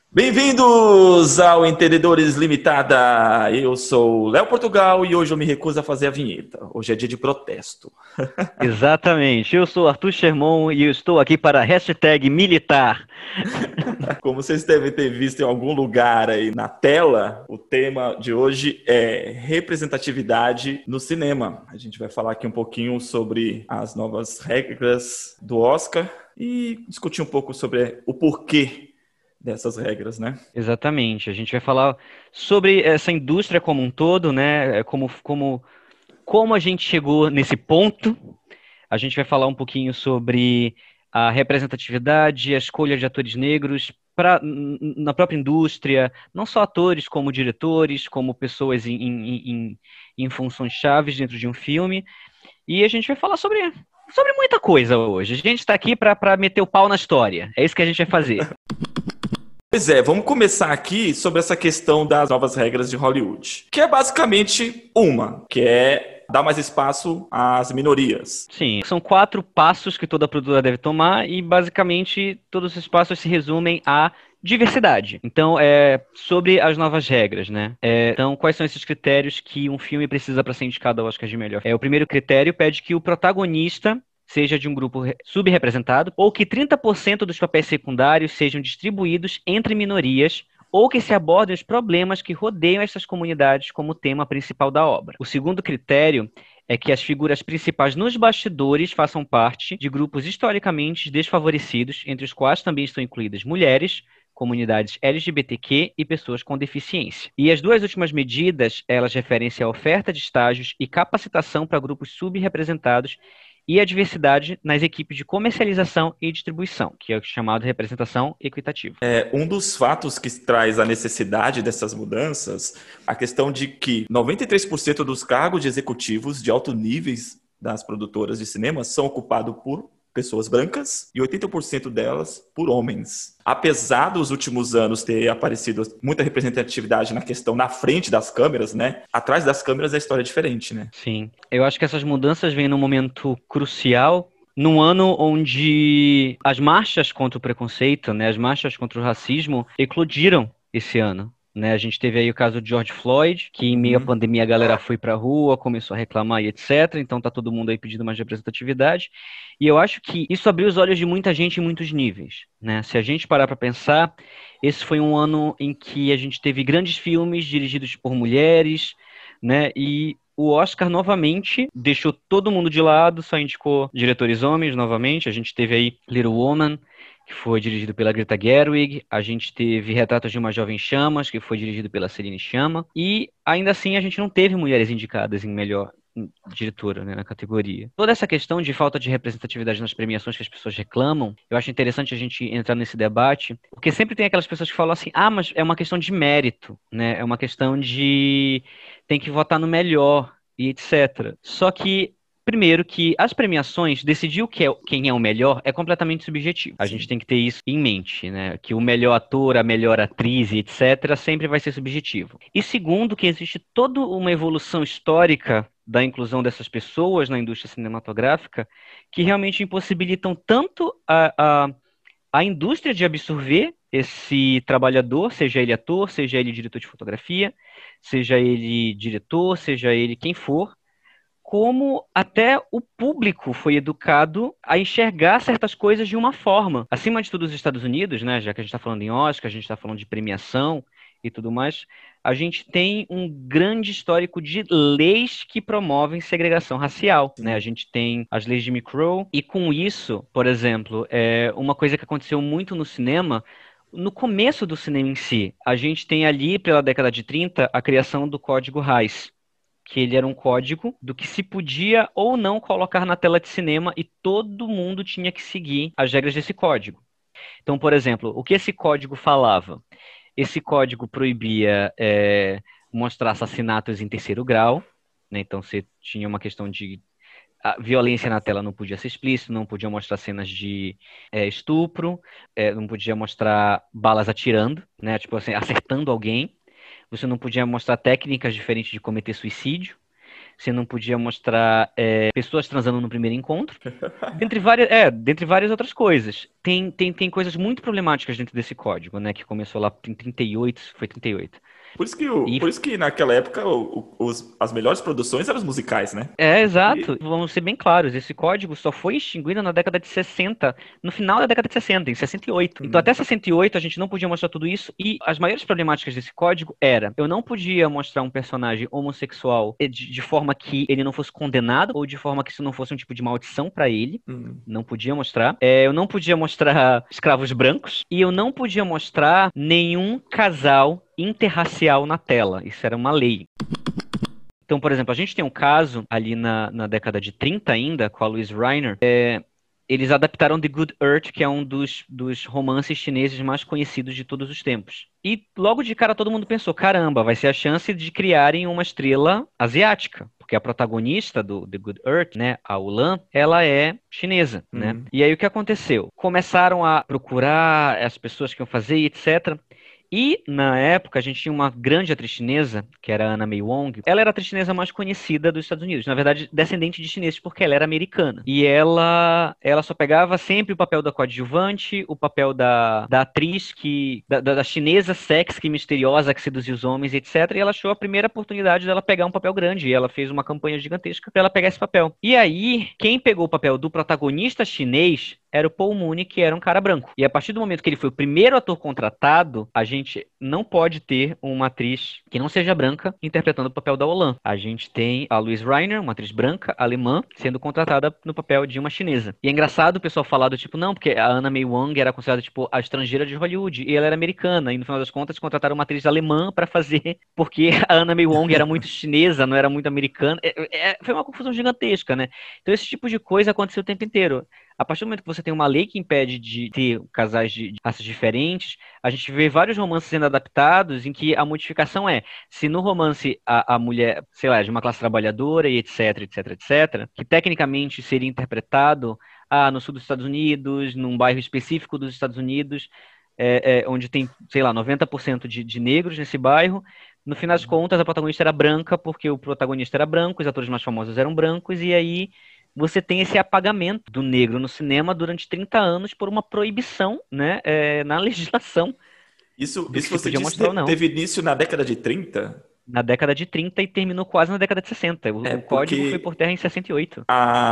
Bem-vindos ao Entendedores Limitada. Eu sou Léo Portugal e hoje eu me recuso a fazer a vinheta. Hoje é dia de protesto. Exatamente. Eu sou Arthur Sherman e eu estou aqui para a hashtag militar. Como vocês devem ter visto em algum lugar aí na tela, o tema de hoje é representatividade no cinema. A gente vai falar aqui um pouquinho sobre as novas regras do Oscar e discutir um pouco sobre o porquê dessas regras, né? Exatamente. A gente vai falar sobre essa indústria como um todo, né? Como a gente chegou nesse ponto. A gente vai falar um pouquinho sobre a representatividade, a escolha de atores negros na própria indústria, não só atores, como diretores, como pessoas em funções chaves dentro de um filme. E a gente vai falar sobre muita coisa hoje. A gente está aqui para meter o pau na história. É isso que a gente vai fazer. Pois é, vamos começar aqui sobre essa questão das novas regras de Hollywood, que é basicamente que é dar mais espaço às minorias. Sim, são 4 passos que toda produtora deve tomar e basicamente todos esses passos se resumem à diversidade. Então, é sobre as novas regras, né? Então, quais são esses critérios que um filme precisa para ser indicado ao Oscar de melhor? O primeiro critério pede que o protagonista seja de um grupo subrepresentado, ou que 30% dos papéis secundários sejam distribuídos entre minorias, ou que se abordem os problemas que rodeiam essas comunidades como tema principal da obra. O segundo critério é que as figuras principais nos bastidores façam parte de grupos historicamente desfavorecidos, entre os quais também estão incluídas mulheres, comunidades LGBTQ e pessoas com deficiência. E as duas últimas medidas, elas referem-se à oferta de estágios e capacitação para grupos subrepresentados e a diversidade nas equipes de comercialização e distribuição, que é o chamado representação equitativa. Um dos fatos que traz a necessidade dessas mudanças, a questão de que 93% dos cargos de executivos de alto níveis das produtoras de cinema são ocupados por pessoas brancas e 80% delas por homens. Apesar dos últimos anos ter aparecido muita representatividade na questão na frente das câmeras, né? Atrás das câmeras a história é diferente, né? Sim, eu acho que essas mudanças vêm num momento crucial, num ano onde as marchas contra o preconceito, né, as marchas contra o racismo eclodiram esse ano. Né, a gente teve aí o caso de George Floyd, que em meio à pandemia a galera foi pra rua, começou a reclamar e etc. Então tá todo mundo aí pedindo mais representatividade. E eu acho que isso abriu os olhos de muita gente em muitos níveis. Né? Se a gente parar para pensar, esse foi um ano em que a gente teve grandes filmes dirigidos por mulheres, né? E o Oscar novamente deixou todo mundo de lado, só indicou diretores homens novamente. A gente teve aí Little Woman, que foi dirigido pela Greta Gerwig. A gente teve Retratos de uma Jovem Chamas, que foi dirigido pela Celine Sciamma. E ainda assim a gente não teve mulheres indicadas em melhor diretora, né, na categoria. Toda essa questão de falta de representatividade nas premiações que as pessoas reclamam, eu acho interessante a gente entrar nesse debate, porque sempre tem aquelas pessoas que falam assim, mas é uma questão de mérito, né? É uma questão de tem que votar no melhor e etc. Só que primeiro que as premiações, decidir quem é o melhor é completamente subjetivo. A gente Sim. tem que ter isso em mente, né? Que o melhor ator, a melhor atriz, e etc., sempre vai ser subjetivo. E segundo, que existe toda uma evolução histórica da inclusão dessas pessoas na indústria cinematográfica que realmente impossibilitam tanto a indústria de absorver esse trabalhador, seja ele ator, seja ele diretor de fotografia, seja ele diretor, seja ele quem for, como até o público foi educado a enxergar certas coisas de uma forma. Acima de tudo, os Estados Unidos, né, já que a gente está falando em Oscar, a gente está falando de premiação e tudo mais, a gente tem um grande histórico de leis que promovem segregação racial, né? A Sim. gente tem as leis de Jim Crow, e com isso, por exemplo, uma coisa que aconteceu muito no cinema, no começo do cinema em si, a gente tem ali, pela década de 30, a criação do Código Hays, que ele era um código do que se podia ou não colocar na tela de cinema e todo mundo tinha que seguir as regras desse código. Então, por exemplo, o que esse código falava? Esse código proibia mostrar assassinatos em terceiro grau, né? Então você tinha uma questão de a violência na tela não podia ser explícito, não podia mostrar cenas de estupro, não podia mostrar balas atirando, né? Tipo assim, acertando alguém. Você não podia mostrar técnicas diferentes de cometer suicídio. você não podia mostrar pessoas transando no primeiro encontro, dentre várias outras coisas. Tem coisas muito problemáticas dentro desse código, né, que começou lá em 38, foi 38. Por isso que naquela época as melhores produções eram os musicais, né? Exato. Vamos ser bem claros, esse código só foi extinguido na década de 60, no final da década de 60, em 68. Então até 68 a gente não podia mostrar tudo isso, e as maiores problemáticas desse código eu não podia mostrar um personagem homossexual de forma que ele não fosse condenado, ou de forma que isso não fosse um tipo de maldição pra ele. Não podia mostrar. Eu não podia mostrar escravos brancos, e eu não podia mostrar nenhum casal interracial na tela. Isso era uma lei. Então, por exemplo, a gente tem um caso ali na década de 30 ainda, com a Louise Reiner. Eles adaptaram The Good Earth, que é um dos romances chineses mais conhecidos de todos os tempos. E logo de cara todo mundo pensou, caramba, vai ser a chance de criarem uma estrela asiática. Porque a protagonista do The Good Earth, né, a Ulan, ela é chinesa, né? E aí o que aconteceu? Começaram a procurar as pessoas que iam fazer, etc. E, na época, a gente tinha uma grande atriz chinesa, que era a Anna May Wong. Ela era a atriz chinesa mais conhecida dos Estados Unidos. Na verdade, descendente de chineses, porque ela era americana. E ela só pegava sempre o papel da coadjuvante, o papel da atriz, da chinesa sexy, misteriosa, que seduzia os homens, etc. E ela achou a primeira oportunidade dela pegar um papel grande. E ela fez uma campanha gigantesca para ela pegar esse papel. E aí, quem pegou o papel do protagonista chinês era o Paul Mooney, que era um cara branco. E a partir do momento que ele foi o primeiro ator contratado, a gente não pode ter uma atriz que não seja branca interpretando o papel da Olan. A gente tem a Louise Reiner, uma atriz branca, alemã, sendo contratada no papel de uma chinesa. E é engraçado o pessoal falar do tipo, não, porque a Anna May Wong era considerada, tipo, a estrangeira de Hollywood, e ela era americana, e no final das contas contrataram uma atriz alemã pra fazer, porque a Anna May Wong era muito chinesa, não era muito americana. Foi uma confusão gigantesca, né? Então esse tipo de coisa aconteceu o tempo inteiro. A partir do momento que você tem uma lei que impede de ter casais de raças diferentes, a gente vê vários romances sendo adaptados em que a modificação se no romance a mulher, sei lá, é de uma classe trabalhadora e etc, etc, etc, que tecnicamente seria interpretado no sul dos Estados Unidos, num bairro específico dos Estados Unidos, onde tem, sei lá, 90% de negros nesse bairro. No final das contas, a protagonista era branca, porque o protagonista era branco, os atores mais famosos eram brancos, e aí você tem esse apagamento do negro no cinema durante 30 anos por uma proibição, né, na legislação. Isso você disse teve início na década de 30? Na década de 30 e terminou quase na década de 60. O código foi por terra em 68.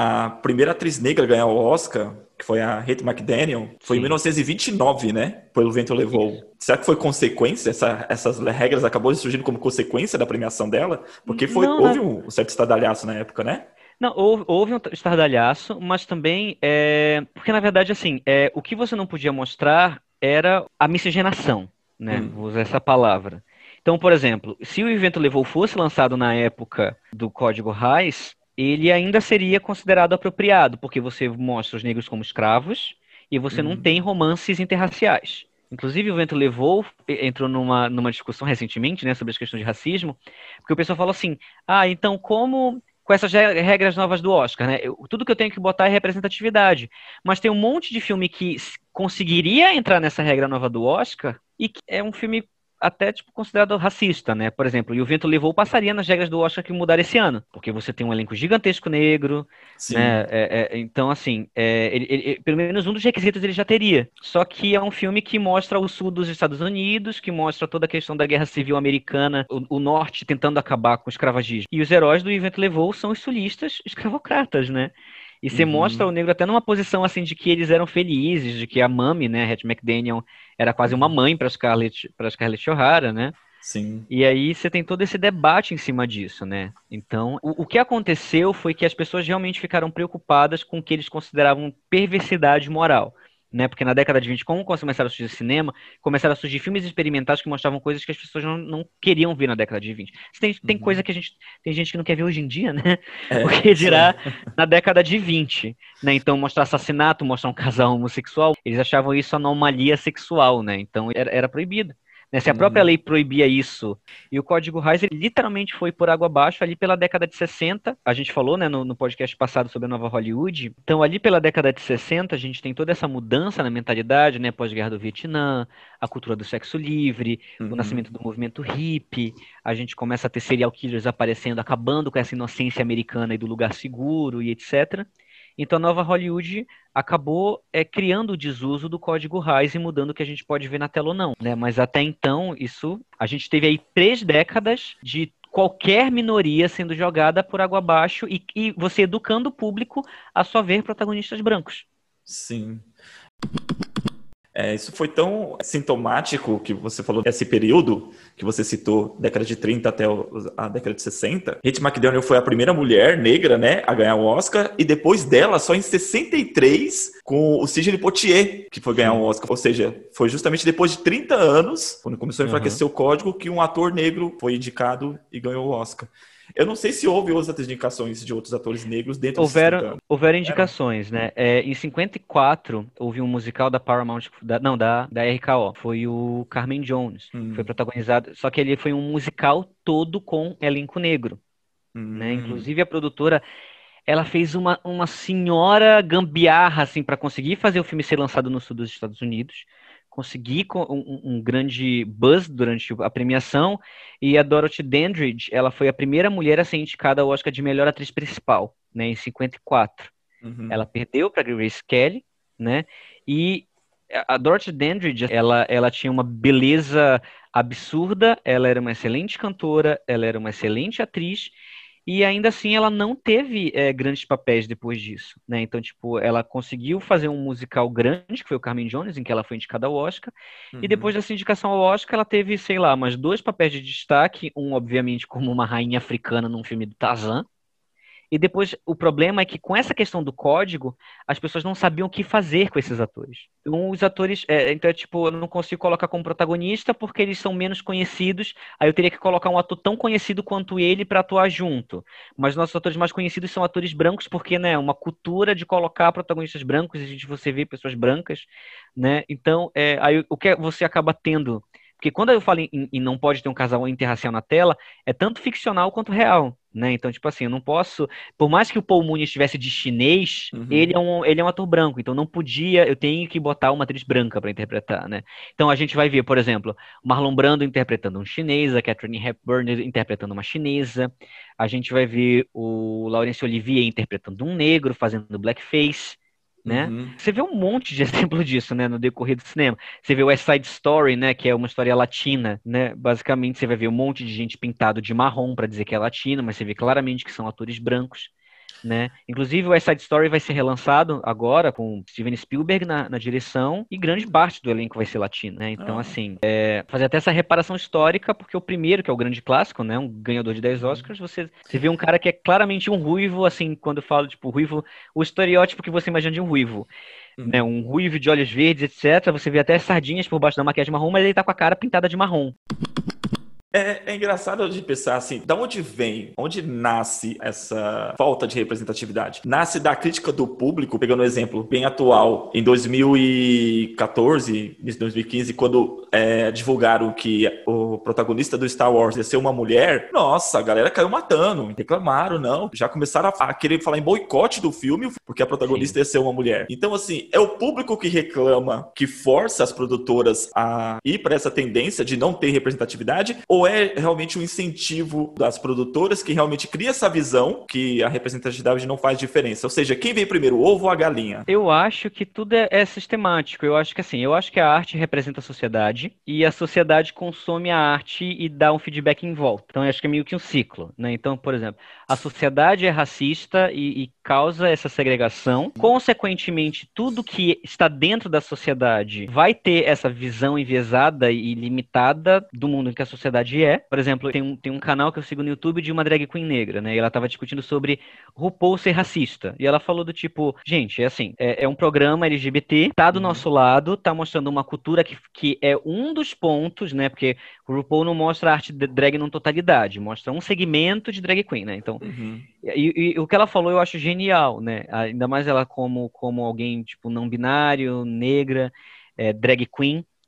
A primeira atriz negra a ganhar o Oscar, que foi a Hattie McDaniel, foi em 1929, né? Pelo Vento Levou. Isso. Será que foi consequência? Essas regras acabou surgindo como consequência da premiação dela? Porque houve um certo estardalhaço na época, né? Não, houve um estardalhaço, mas também porque, na verdade, assim, o que você não podia mostrar era a miscigenação, né? Vou usar essa palavra. Então, por exemplo, se o Vento Levou fosse lançado na época do Código Hays, ele ainda seria considerado apropriado, porque você mostra os negros como escravos e você não tem romances interraciais. Inclusive, o Vento Levou entrou numa discussão recentemente, né, sobre as questões de racismo, porque o pessoal falou assim, então como com essas regras novas do Oscar, né? Tudo que eu tenho que botar é representatividade. Mas tem um monte de filme que conseguiria entrar nessa regra nova do Oscar e que é um filme até tipo considerado racista, né? Por exemplo, E o Vento Levou passaria nas regras do Oscar que mudaram esse ano, porque você tem um elenco gigantesco negro, né? Então, assim, pelo menos um dos requisitos ele já teria. Só que é um filme que mostra o sul dos Estados Unidos, que mostra toda a questão da Guerra Civil Americana, o norte tentando acabar com o escravagismo. E os heróis do E o Vento Levou são os sulistas escravocratas, né? E você mostra o negro até numa posição assim de que eles eram felizes, de que a Mami, né, a Hattie McDaniel, era quase uma mãe para Scarlett O'Hara, né? Sim. E aí você tem todo esse debate em cima disso, né? Então, o que aconteceu foi que as pessoas realmente ficaram preocupadas com o que eles consideravam perversidade moral. Né? Porque na década de 20, como começaram a surgir cinema, começaram a surgir filmes experimentais que mostravam coisas que as pessoas não queriam ver na década de 20. Tem coisa que tem gente que não quer ver hoje em dia, né? Porque dirá na década de 20, né? Então mostrar assassinato, mostrar um casal homossexual, eles achavam isso anomalia sexual, né? Então era proibido. né? Se a própria lei proibia isso, e o Código Reis, ele literalmente foi por água abaixo ali pela década de 60. A gente falou, né, no podcast passado sobre a nova Hollywood. Então, ali pela década de 60, a gente tem toda essa mudança na mentalidade, né, pós-guerra do Vietnã, a cultura do sexo livre, o nascimento do movimento hippie, a gente começa a ter serial killers aparecendo, acabando com essa inocência americana e do lugar seguro e etc. Então, a nova Hollywood acabou criando o desuso do Código Reis e mudando o que a gente pode ver na tela ou não, né? Mas até então, a gente teve aí 3 décadas de qualquer minoria sendo jogada por água abaixo e você educando o público a só ver protagonistas brancos. Sim. Isso foi tão sintomático que você falou desse período que você citou, década de 30 até a década de 60. Kate McDaniel foi a primeira mulher negra, né, a ganhar o Oscar, e depois dela, só em 63, com o Sidney Poitier, que foi ganhar o Oscar. Ou seja, foi justamente depois de 30 anos, quando começou a enfraquecer o código, que um ator negro foi indicado e ganhou o Oscar. Eu não sei se houve outras indicações de outros atores negros dentro desses 30 anos. Houveram indicações, né? Em 54, houve um musical da Paramount, da RKO. Foi o Carmen Jones. Foi protagonizado, só que ele foi um musical todo com elenco negro, né? Inclusive a produtora, ela fez uma senhora gambiarra, assim, para conseguir fazer o filme ser lançado no sul dos Estados Unidos, conseguir um grande buzz durante a premiação, e a Dorothy Dandridge, ela foi a primeira mulher a ser indicada ao Oscar de melhor atriz principal, né, em 54. Ela perdeu para Grace Kelly, né, e a Dorothy Dandridge, ela tinha uma beleza absurda, ela era uma excelente cantora, ela era uma excelente atriz, e ainda assim ela não teve grandes papéis depois disso, né? Então, tipo, ela conseguiu fazer um musical grande, que foi o Carmen Jones, em que ela foi indicada ao Oscar, e depois dessa indicação ao Oscar ela teve, sei lá, mais 2 papéis de destaque, um, obviamente, como uma rainha africana num filme do Tarzan. E depois, o problema é que com essa questão do código, as pessoas não sabiam o que fazer com esses atores. Então, os atores, então, tipo, eu não consigo colocar como protagonista porque eles são menos conhecidos, aí eu teria que colocar um ator tão conhecido quanto ele para atuar junto. Mas nossos atores mais conhecidos são atores brancos porque, né, uma cultura de colocar protagonistas brancos, e você vê pessoas brancas, né? Então, aí o que você acaba tendo... Porque quando eu falo em não pode ter um casal interracial na tela, é tanto ficcional quanto real, né? Então, tipo assim, eu não posso... Por mais que o Paul Mooney estivesse de chinês, ele é um ator branco, então não podia... Eu tenho que botar uma atriz branca para interpretar, né? Então a gente vai ver, por exemplo, o Marlon Brando interpretando um chinês, a Katharine Hepburn interpretando uma chinesa, a gente vai ver o Laurence Olivier interpretando um negro, fazendo blackface, né? Você vê um monte de exemplo disso, né, no decorrer do cinema. Você vê o West Side Story, né, que é uma história latina, né? Basicamente você vai ver um monte de gente pintado de marrom para dizer que é latino, mas você vê claramente que são atores brancos, né? Inclusive o West Side Story vai ser relançado agora com Steven Spielberg na direção e grande parte do elenco vai ser latino, né? Então, assim, fazer até essa reparação histórica, porque o primeiro, que é o grande clássico, né, um ganhador de 10 Oscars, você vê um cara que é claramente um ruivo, assim, quando eu falo, tipo, ruivo, o estereótipo que você imagina de um ruivo, né, um ruivo de olhos verdes, etc. Você vê até sardinhas por baixo da maquiagem marrom, mas ele tá com a cara pintada de marrom. É engraçado de pensar assim, da onde vem, onde nasce essa falta de representatividade? Nasce da crítica do público, pegando um exemplo bem atual, em 2014, 2015, quando divulgaram que o protagonista do Star Wars ia ser uma mulher, nossa, a galera caiu matando, reclamaram, não, já começaram a querer falar em boicote do filme, porque a protagonista ia ser uma mulher. Então, assim, é o público que reclama, que força as produtoras a ir para essa tendência de não ter representatividade, ou é realmente um incentivo das produtoras que realmente cria essa visão que a representatividade não faz diferença? Ou seja, quem veio primeiro, o ovo ou a galinha? Eu acho que tudo é sistemático. Eu acho que assim, eu acho que a arte representa a sociedade e a sociedade consome a arte e dá um feedback em volta. Então, eu acho que é meio que um ciclo, né? Então, por exemplo, a sociedade é racista e causa essa segregação. Consequentemente, tudo que está dentro da sociedade vai ter essa visão enviesada e limitada do mundo em que a sociedade é. Por exemplo, tem um canal que eu sigo no YouTube de uma drag queen negra, né? E ela estava discutindo sobre RuPaul ser racista. E ela falou do tipo, gente, é assim, é um programa LGBT, tá do nosso lado, tá mostrando uma cultura que é um dos pontos, né? Porque o RuPaul não mostra a arte de drag na totalidade, mostra um segmento de drag queen, né? Então, e o que ela falou eu acho genial, né? Ainda mais ela como alguém, tipo, não binário, negra, drag queen.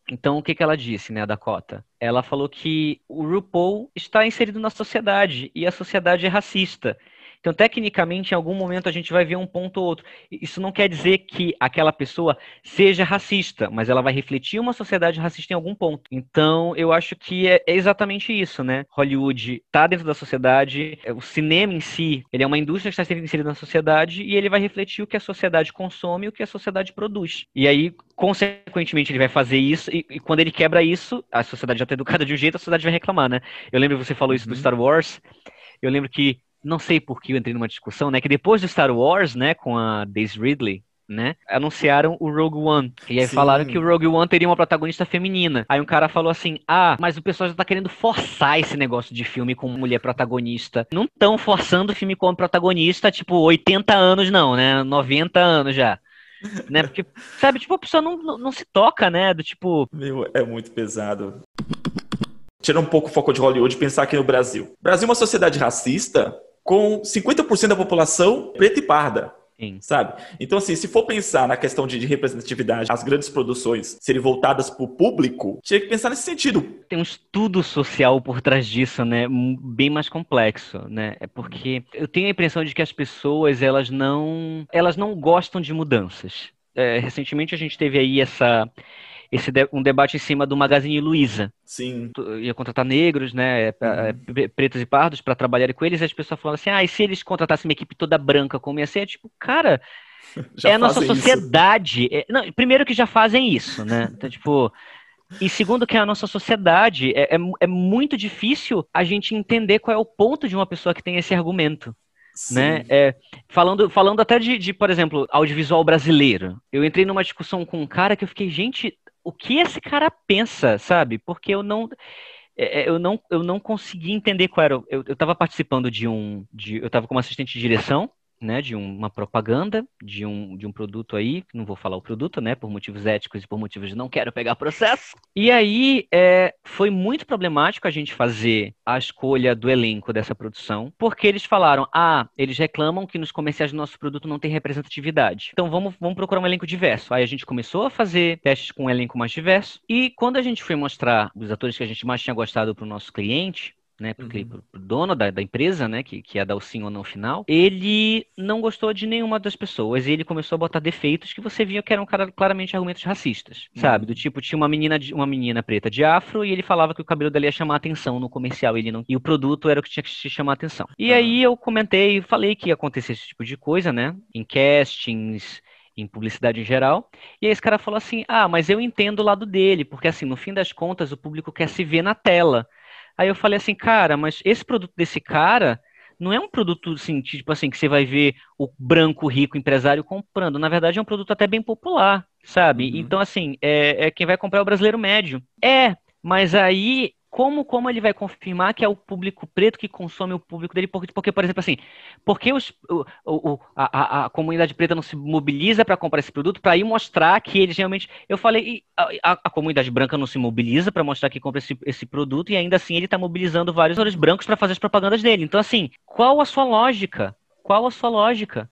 Então, o que que ela disse, né, a Dakota? Ela falou que o RuPaul está inserido na sociedade e a sociedade é racista. Então, tecnicamente, em algum momento a gente vai ver um ponto ou outro. Isso não quer dizer que aquela pessoa seja racista, mas ela vai refletir uma sociedade racista em algum ponto. Então, eu acho que é exatamente isso, né? Hollywood está dentro da sociedade, o cinema em si, ele é uma indústria que está sendo inserida na sociedade e ele vai refletir o que a sociedade consome e o que a sociedade produz. E aí, consequentemente, ele vai fazer isso, e quando ele quebra isso, a sociedade já está educada de um jeito, a sociedade vai reclamar, né? Eu lembro que você falou isso do Uhum. Star Wars, eu lembro que, não sei por que eu entrei numa discussão, né, que depois do Star Wars, né, com a Daisy Ridley, né, anunciaram o Rogue One. E aí falaram que o Sim, Rogue One teria uma protagonista feminina. Aí um cara falou assim, ah, mas o pessoal já tá querendo forçar esse negócio de filme com mulher protagonista. Não tão forçando o filme com protagonista, tipo, 80 anos não, né, 90 anos já. Né, porque, sabe, tipo, a pessoa não se toca, né, do tipo... meu, é muito pesado. Tirar um pouco o foco de Hollywood e pensar aqui no Brasil. O Brasil é uma sociedade racista com 50% da população preta e parda. Sim. Sabe? Então, assim, se for pensar na questão de representatividade, as grandes produções serem voltadas para o público, tinha que pensar nesse sentido. Tem um estudo social por trás disso, né? Bem mais complexo, né? É porque eu tenho a impressão de que as pessoas, elas não gostam de mudanças. Recentemente a gente teve aí um debate em cima do Magazine Luiza. Sim, Ia contratar negros, né, uhum. pretos e pardos para trabalharem com eles, e as pessoas falavam assim, ah, e se eles contratassem uma equipe toda branca, como ia ser? Tipo, cara, Já é a nossa fazem isso. sociedade. Não, primeiro que já fazem isso, né? Então, tipo, e segundo que é a nossa sociedade, é muito difícil a gente entender qual é o ponto de uma pessoa que tem esse argumento. Né? Sim. Falando até por exemplo, audiovisual brasileiro. Eu entrei numa discussão com um cara que eu fiquei, gente, o que esse cara pensa, sabe? Porque eu não consegui entender qual era. Eu estava participando eu estava como assistente de direção, né, de uma propaganda de um produto aí, não vou falar o produto, né, por motivos éticos e por motivos de não quero pegar processo. E aí foi muito problemático a gente fazer a escolha do elenco dessa produção, porque eles falaram, eles reclamam que nos comerciais do nosso produto não tem representatividade. Então vamos procurar um elenco diverso. Aí a gente começou a fazer testes com um elenco mais diverso, e quando a gente foi mostrar os atores que a gente mais tinha gostado para o nosso cliente, né, Uhum. pro dono da empresa, né, que ia dar o sim ou não final, ele não gostou de nenhuma das pessoas e ele começou a botar defeitos que você via que eram claramente argumentos racistas, sabe? Do Uhum. tipo, tinha uma menina preta de afro e ele falava que o cabelo dela ia chamar atenção no comercial, ele não, e o produto era o que tinha que te chamar atenção. E Ah, aí eu comentei, falei que ia acontecer esse tipo de coisa, né, em castings, em publicidade em geral. E aí esse cara falou assim: mas eu entendo o lado dele, porque assim, no fim das contas, o público quer se ver na tela. Aí eu falei assim, cara, mas esse produto desse cara não é um produto assim, tipo assim, que você vai ver o branco rico empresário comprando. Na verdade, é um produto até bem popular, sabe? uhum. Então, assim, é quem vai comprar é o brasileiro médio. Mas aí, como ele vai confirmar que é o público preto que consome o público dele? Porque por exemplo, assim, porque a comunidade preta não se mobiliza para comprar esse produto para ir mostrar que eles realmente. Eu falei, e a comunidade branca não se mobiliza para mostrar que compra esse produto e ainda assim ele está mobilizando vários atores brancos para fazer as propagandas dele. Então, assim, qual a sua lógica? Qual a sua lógica?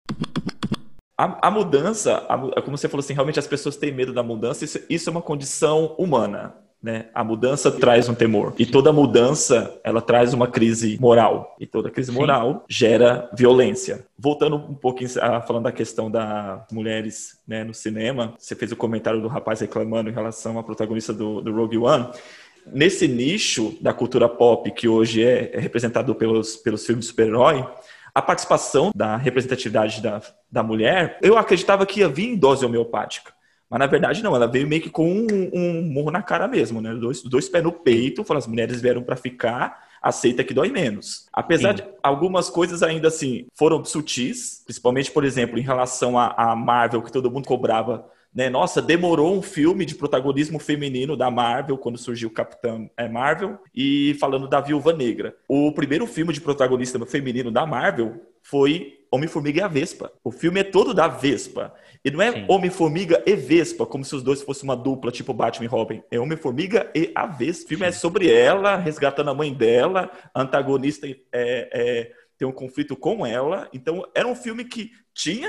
A mudança, como você falou assim, realmente as pessoas têm medo da mudança, isso é uma condição humana, né? A mudança traz um temor. E toda mudança, ela traz uma crise moral. E toda crise Sim. moral gera violência. Voltando um pouquinho, falando da questão das mulheres, né, no cinema, você fez o comentário do rapaz reclamando em relação à protagonista do Rogue One. Nesse nicho da cultura pop, que hoje é representado pelos filmes de super-herói, a participação da representatividade da mulher, eu acreditava que ia vir em dose homeopática. Mas na verdade não, ela veio meio que com um murro na cara mesmo, né? Dois pés no Sim, peito, falando, as mulheres vieram para ficar, aceita que dói menos. Apesar de sim, algumas coisas ainda assim foram sutis, principalmente, por exemplo, em relação à Marvel, que todo mundo cobrava, né? Nossa, demorou um filme de protagonismo feminino da Marvel quando surgiu o Capitão Marvel, e falando da Viúva Negra. O primeiro filme de protagonista feminino da Marvel foi Homem-Formiga e a Vespa. O filme é todo da Vespa. E não é sim. Homem-Formiga e Vespa, como se os dois fossem uma dupla, tipo Batman e Robin. É Homem-Formiga e a Vespa. O filme é Sim. sobre ela, resgatando a mãe dela. A antagonista tem um conflito com ela. Então, era um filme que tinha,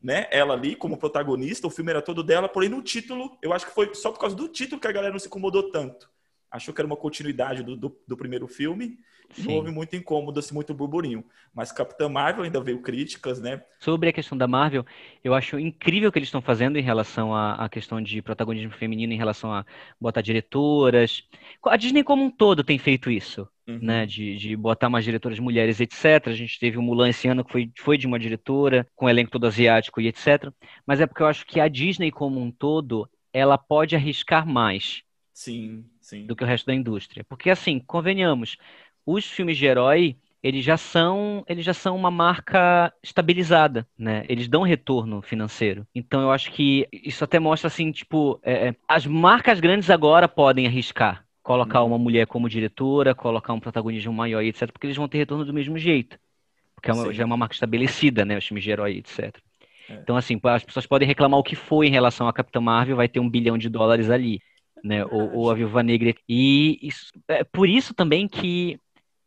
né? Ela ali como protagonista, o filme era todo dela, porém no título, eu acho que foi só por causa do título que a galera não se incomodou tanto. Achou que era uma continuidade do primeiro filme e não houve Sim. muito incômodo, assim, muito burburinho. Mas Capitã Marvel ainda veio críticas, né? Sobre a questão da Marvel, eu acho incrível o que eles estão fazendo em relação à questão de protagonismo feminino, em relação a botar diretoras. A Disney como um todo tem feito isso, né? Uhum. De botar mais diretoras mulheres, etc. A gente teve o Mulan esse ano que foi de uma diretora, com o elenco todo asiático e etc. Mas é porque eu acho que a Disney como um todo, ela pode arriscar mais Sim, do sim. que o resto da indústria. Porque, assim, convenhamos, os filmes de herói, eles já são uma marca estabilizada, né? Eles dão retorno financeiro. Então, eu acho que isso até mostra, assim, tipo, as marcas grandes agora podem arriscar. Colocar uma Uhum. mulher como diretora, colocar um protagonismo maior, e etc., porque eles vão ter retorno do mesmo jeito. Porque já é Sim. uma marca estabelecida, né? Os filmes de herói, etc. É. Então, assim, as pessoas podem reclamar o que for em relação a Capitã Marvel, vai ter US$ 1 bilhão ali, É né? Ou a verdade. Viúva Negra. E é por isso também que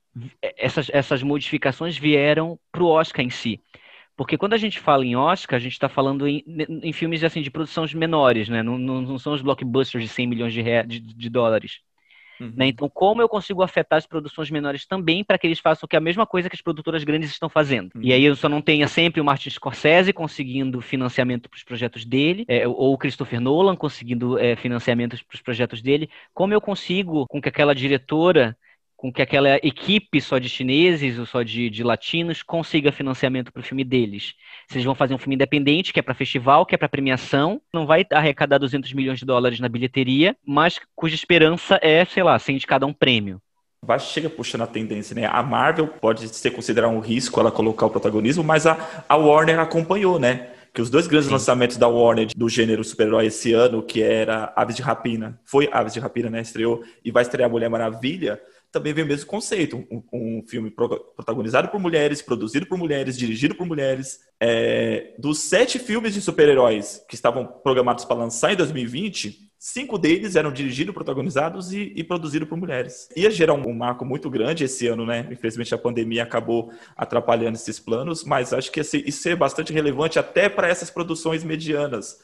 essas modificações vieram pro Oscar em si. Porque quando a gente fala em Oscar, a gente está falando em filmes assim, de produções menores, né? Não são os blockbusters de 100 milhões de dólares. Né? Uhum. Então, como eu consigo afetar as produções menores também para que eles façam que a mesma coisa que as produtoras grandes estão fazendo? E aí Uhum. eu só não tenha sempre o Martin Scorsese conseguindo financiamento para os projetos dele, ou o Christopher Nolan conseguindo financiamentos para os projetos dele. Como eu consigo com que aquela diretora, com que aquela equipe só de chineses ou só de latinos consiga financiamento para o filme deles? Se eles vão fazer um filme independente, que é para festival, que é para premiação, não vai arrecadar US$ 200 milhões na bilheteria, mas cuja esperança é, sei lá, ser indicado a um prêmio. Chega puxando a tendência, né? A Marvel pode ser considerada um risco ela colocar o protagonismo, mas a Warner acompanhou, né? Que os dois grandes Sim, lançamentos da Warner do gênero super-herói esse ano, que era Aves de Rapina, foi Aves de Rapina, né? Estreou e vai estrear Mulher Maravilha, também vem o mesmo conceito. Um filme protagonizado por mulheres, produzido por mulheres, dirigido por mulheres. Dos 7 filmes de super-heróis que estavam programados para lançar em 2020, 5 deles eram dirigidos, protagonizados e produzidos por mulheres. Ia gerar um marco muito grande esse ano, né? Infelizmente a pandemia acabou atrapalhando esses planos, mas acho que isso é bastante relevante até para essas produções medianas.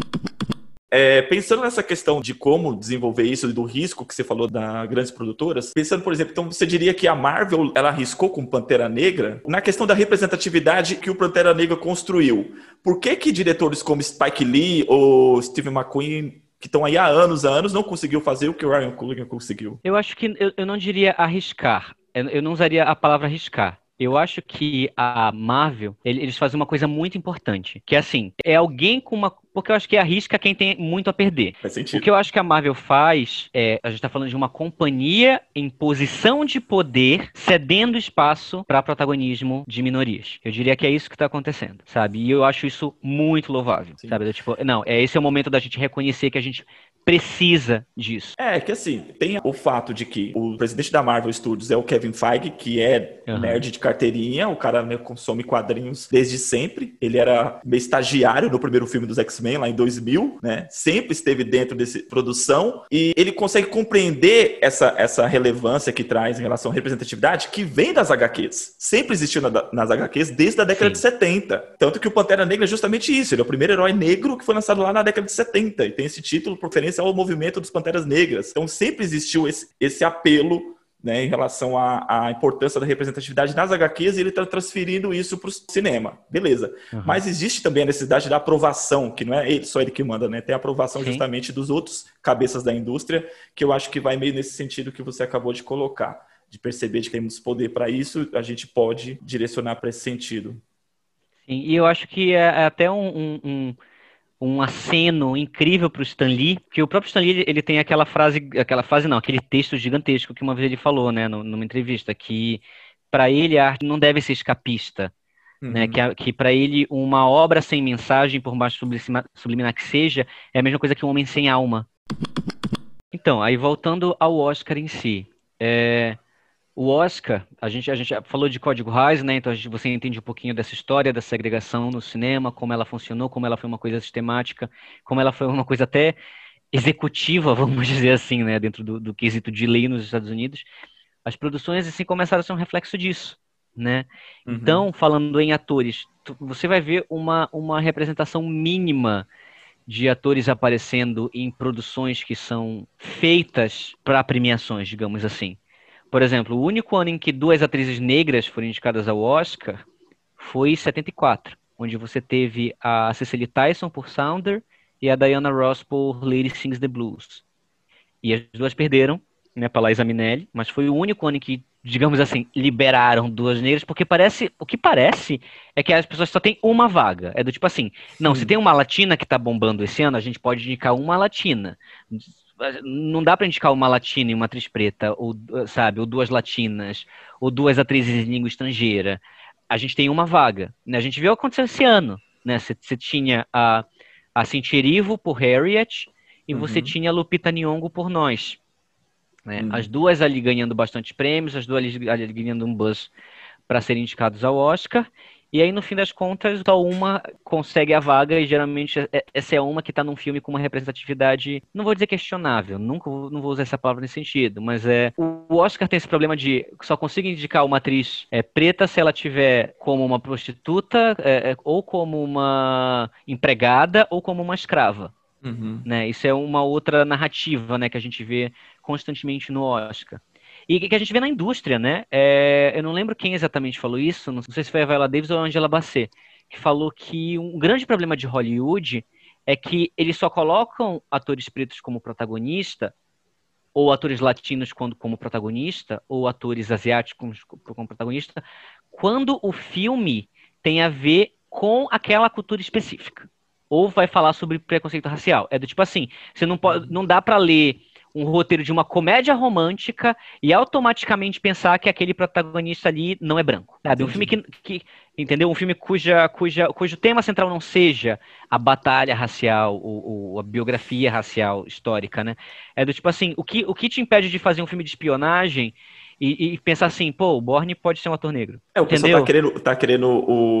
Pensando nessa questão de como desenvolver isso, do risco que você falou das grandes produtoras, pensando, por exemplo, então você diria que a Marvel, ela arriscou com Pantera Negra na questão da representatividade que o Pantera Negra construiu. Por que diretores como Spike Lee ou Steve McQueen, que estão aí há anos, não conseguiu fazer o que o Ryan Coogler conseguiu? eu acho que eu não diria arriscar. Eu não usaria a palavra arriscar. Eu acho que a Marvel, eles fazem uma coisa muito importante, que é assim, é alguém com uma... Porque eu acho que arrisca quem tem muito a perder. Faz O que sentido. eu acho que a Marvel faz a gente está falando de uma companhia em posição de poder cedendo espaço para protagonismo de minorias. Eu diria que é isso que está acontecendo, sabe? E eu acho isso muito louvável, Sim. sabe? Tipo, não, esse é o momento da gente reconhecer que a gente precisa disso. Que assim, tem o fato de que o presidente da Marvel Studios é o Kevin Feige, que é Aham. nerd de carteirinha, o cara, né, consome quadrinhos desde sempre. Ele era meio estagiário no primeiro filme dos X-Men, lá em 2000, né? Sempre esteve dentro dessa produção e ele consegue compreender essa relevância que traz em relação à representatividade que vem das HQs. Sempre existiu nas HQs desde a década de Sim. 70. Tanto que o Pantera Negra é justamente isso. Ele é o primeiro herói negro que foi lançado lá na década de 70 e tem esse título por referência ao movimento dos Panteras Negras. Então sempre existiu esse apelo, né, em relação à importância da representatividade nas HQs e ele está transferindo isso para o cinema. Beleza. Aham. Mas existe também a necessidade da aprovação, que não é só ele que manda, né? Tem a aprovação Sim. justamente dos outros cabeças da indústria, que eu acho que vai meio nesse sentido que você acabou de colocar. De perceber que temos poder para isso, a gente pode direcionar para esse sentido. Sim, e eu acho que é até um aceno incrível para o Stan Lee, que o próprio Stan Lee, ele tem aquela frase não, aquele texto gigantesco que uma vez ele falou, né, numa entrevista, que para ele a arte não deve ser escapista, né, Uhum. que para ele uma obra sem mensagem, por mais subliminar que seja, é a mesma coisa que um homem sem alma. Então, aí voltando ao Oscar em si, o Oscar, a gente já falou de Código Hays, né? Então você entende um pouquinho dessa história da segregação no cinema, como ela funcionou, como ela foi uma coisa sistemática, como ela foi uma coisa até executiva, vamos dizer assim, né? Dentro do quesito de lei nos Estados Unidos. As produções, assim, começaram a ser um reflexo disso, né? Uhum. Então, falando em atores, você vai ver uma representação mínima de atores aparecendo em produções que são feitas para premiações, digamos assim. Por exemplo, o único ano em que duas atrizes negras foram indicadas ao Oscar foi em 74, onde você teve a Cicely Tyson por Sounder e a Diana Ross por Lady Sings the Blues. E as duas perderam, né, para Liza Minnelli, mas foi o único ano em que, digamos assim, liberaram duas negras, porque o que parece é que as pessoas só têm uma vaga. É do tipo assim, não, se tem uma latina que tá bombando esse ano, a gente pode indicar uma latina. Não dá para indicar uma latina e uma atriz preta, ou, sabe, ou duas latinas, ou duas atrizes em língua estrangeira. A gente tem uma vaga, né? A gente viu o que aconteceu esse ano, né? Você tinha a Cynthia Erivo por Harriet, e você Uhum. tinha a Lupita Nyong'o por Nós, né? As Uhum. duas ali ganhando bastante prêmios, as duas ali ganhando um buzz para serem indicados ao Oscar. E aí, no fim das contas, só uma consegue a vaga, e geralmente essa é uma que está num filme com uma representatividade, não vou dizer questionável, não vou usar essa palavra nesse sentido, mas o Oscar tem esse problema de só conseguir indicar uma atriz preta se ela tiver como uma prostituta, ou como uma empregada, ou como uma escrava. Uhum. Né? Isso é uma outra narrativa, né, que a gente vê constantemente no Oscar. E que a gente vê na indústria, né? Eu não lembro quem exatamente falou isso, não sei se foi a Viola Davis ou a Angela Bassett, que falou que um grande problema de Hollywood é que eles só colocam atores pretos como protagonista, ou atores latinos como protagonista, ou atores asiáticos como protagonista, quando o filme tem a ver com aquela cultura específica. Ou vai falar sobre preconceito racial. É do tipo assim, você não pode, Uhum. não dá para ler um roteiro de uma comédia romântica e automaticamente pensar que aquele protagonista ali não é branco, sabe? Um filme Entendi. entendeu? Um filme cujo tema central não seja a batalha racial, ou a biografia racial histórica, né? É do tipo assim, o que te impede de fazer um filme de espionagem e pensar assim, pô, o Bourne pode ser um ator negro, O pessoal entendeu? tá querendo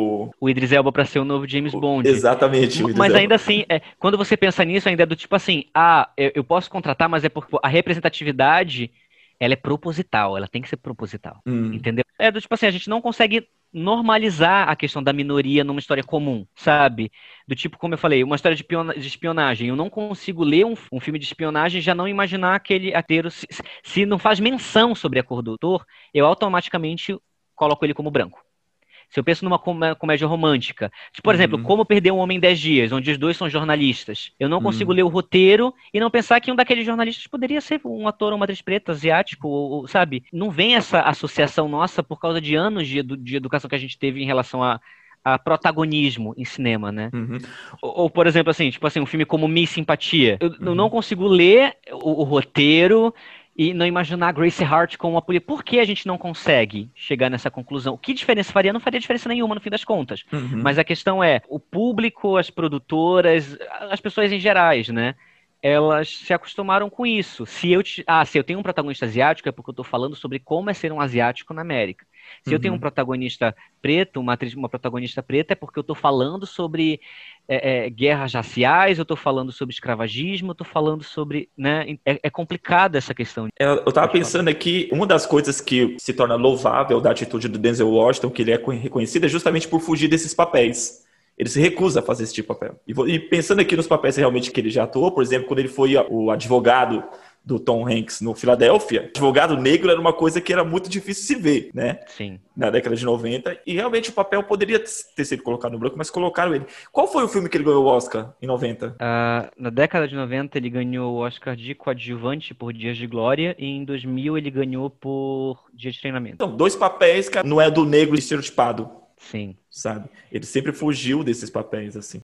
O Idris Elba para ser o novo James Bond. exatamente o Idris Mas Elba. ainda assim, quando você pensa nisso, ainda é do tipo assim, eu posso contratar, mas é porque a representatividade, ela é proposital, ela tem que ser proposital, Hum. entendeu? É do tipo assim, a gente não consegue normalizar a questão da minoria numa história comum, sabe? Do tipo, como eu falei, uma história de espionagem. Eu não consigo ler um filme de espionagem e já não imaginar aquele ator, se não faz menção sobre a cor do autor, eu automaticamente coloco ele como branco. Se eu penso numa comédia romântica, tipo, por exemplo, Uhum. Como Perder um Homem em 10 Dias, onde os dois são jornalistas, eu não consigo Uhum. ler o roteiro e não pensar que um daqueles jornalistas poderia ser um ator ou uma atriz preta, asiático, sabe? Não vem essa associação nossa por causa de anos de educação que a gente teve em relação a protagonismo em cinema, né? Uhum. Ou, por exemplo, assim, tipo assim, um filme como Miss Simpatia. Eu não Uhum. consigo ler o roteiro e não imaginar Grace Hart como uma polícia. Por que a gente não consegue chegar nessa conclusão? O que diferença faria? Não faria diferença nenhuma no fim das contas. Mas Uhum. a questão é, o público, as produtoras, as pessoas em gerais, né? Elas se acostumaram com isso. Se eu tenho um protagonista asiático, é porque eu estou falando sobre como é ser um asiático na América. Se eu tenho um Uhum. protagonista preto, uma protagonista preta, é porque eu estou falando sobre guerras raciais, eu estou falando sobre escravagismo, eu estou falando sobre, né? É complicada essa questão. Eu tava Pode falar. pensando aqui, uma das coisas que se torna louvável da atitude do Denzel Washington, que ele é reconhecido, é justamente por fugir desses papéis. Ele se recusa a fazer esse tipo de papel. E pensando aqui nos papéis realmente que ele já atuou, por exemplo, quando ele foi o advogado do Tom Hanks no Filadélfia, advogado negro era uma coisa que era muito difícil de se ver, né? Sim. Na década de 90, e realmente o papel poderia ter sido colocado no branco, mas colocaram ele. Qual foi o filme que ele ganhou o Oscar em 90? Na década de 90 ele ganhou o Oscar de coadjuvante por Dias de Glória e em 2000 ele ganhou por Dia de Treinamento. Então, dois papéis que não é do negro estereotipado, Sim. sabe? Ele sempre fugiu desses papéis, assim.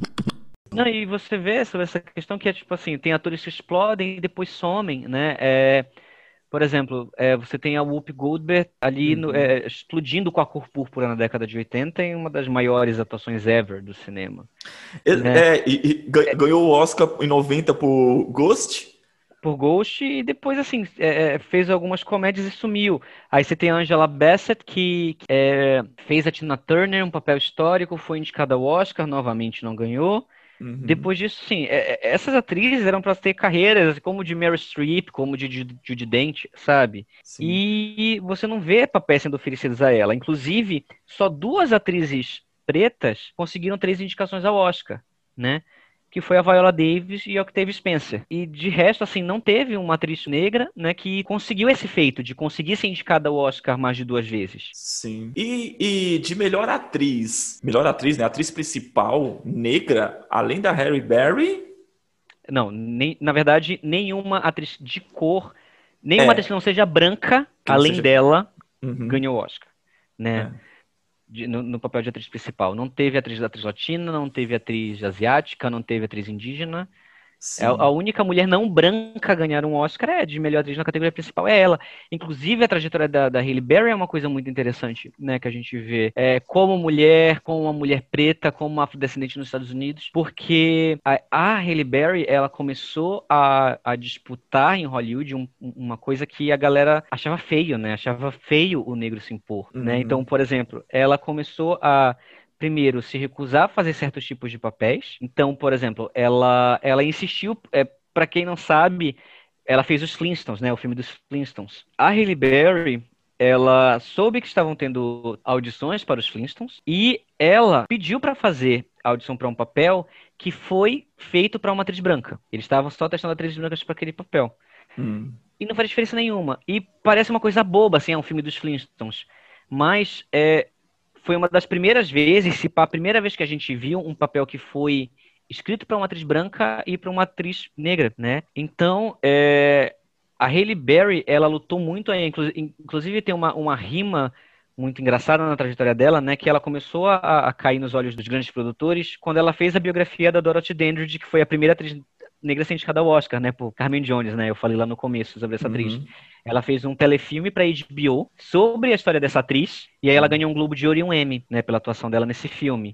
Não, e você vê sobre essa questão que é tipo assim, tem atores que explodem e depois somem, né? Por exemplo, você tem a Whoopi Goldberg ali Uhum. explodindo com a cor púrpura na década de 80 em uma das maiores atuações ever do cinema, né? Ganhou o Oscar em 90 por Ghost. Por Ghost e depois, assim, fez algumas comédias e sumiu. Aí você tem a Angela Bassett, que fez a Tina Turner, um papel histórico, foi indicada ao Oscar, novamente não ganhou. Uhum. Depois disso, sim, essas atrizes eram para ter carreiras como de Meryl Streep, como de Judi Dench, sabe? Sim. E você não vê papéis sendo oferecidos a ela. Inclusive, só duas atrizes pretas conseguiram 3 indicações ao Oscar, né? Que foi a Viola Davis e a Octavia Spencer. E de resto, assim, não teve uma atriz negra, né, que conseguiu esse feito de conseguir ser indicada ao Oscar mais de 2 vezes. Sim. E de melhor atriz, né? Atriz principal negra, além da Halle Berry, Não, na verdade, nenhuma atriz de cor, nenhuma atriz que é, não seja branca, que não além seja. dela, Uhum. ganhou o Oscar, né? É. No papel de atriz principal. Não teve atriz latina, não teve atriz asiática, não teve atriz indígena. A Sim. única mulher não branca a ganhar um Oscar de melhor atriz na categoria principal é ela. Inclusive, a trajetória da Halle Berry é uma coisa muito interessante, né? Que a gente vê como mulher, como uma mulher preta, como uma afrodescendente nos Estados Unidos, porque a Halle Berry, ela começou a disputar em Hollywood uma coisa que a galera achava feio, né? Achava feio o negro se impor, né? Então, Uhum. por exemplo, ela começou a primeiro, se recusar a fazer certos tipos de papéis. Então, por exemplo, ela insistiu, para quem não sabe, ela fez os Flintstones, né? O filme dos Flintstones. A Halle Berry, ela soube que estavam tendo audições para os Flintstones e ela pediu para fazer a audição para um papel que foi feito para uma atriz branca. Eles estavam só testando atrizes brancas para aquele papel. Uhum. E não faz diferença nenhuma. E parece uma coisa boba, assim, é um filme dos Flintstones. Mas foi uma das primeiras vezes, se pá, a primeira vez que a gente viu um papel que foi escrito para uma atriz branca e para uma atriz negra, né? Então, a Halle Berry, ela lutou muito, inclusive tem uma rima muito engraçada na trajetória dela, né? Que ela começou a cair nos olhos dos grandes produtores quando ela fez a biografia da Dorothy Dandridge, que foi a primeira atriz negra a ser indicada ao Oscar, né? Por Carmen Jones, né? Eu falei lá no começo sobre essa atriz. Uhum. Ela fez um telefilme para HBO sobre a história dessa atriz, e aí ela Uhum. ganhou um Globo de Ouro e um Emmy, né, pela atuação dela nesse filme.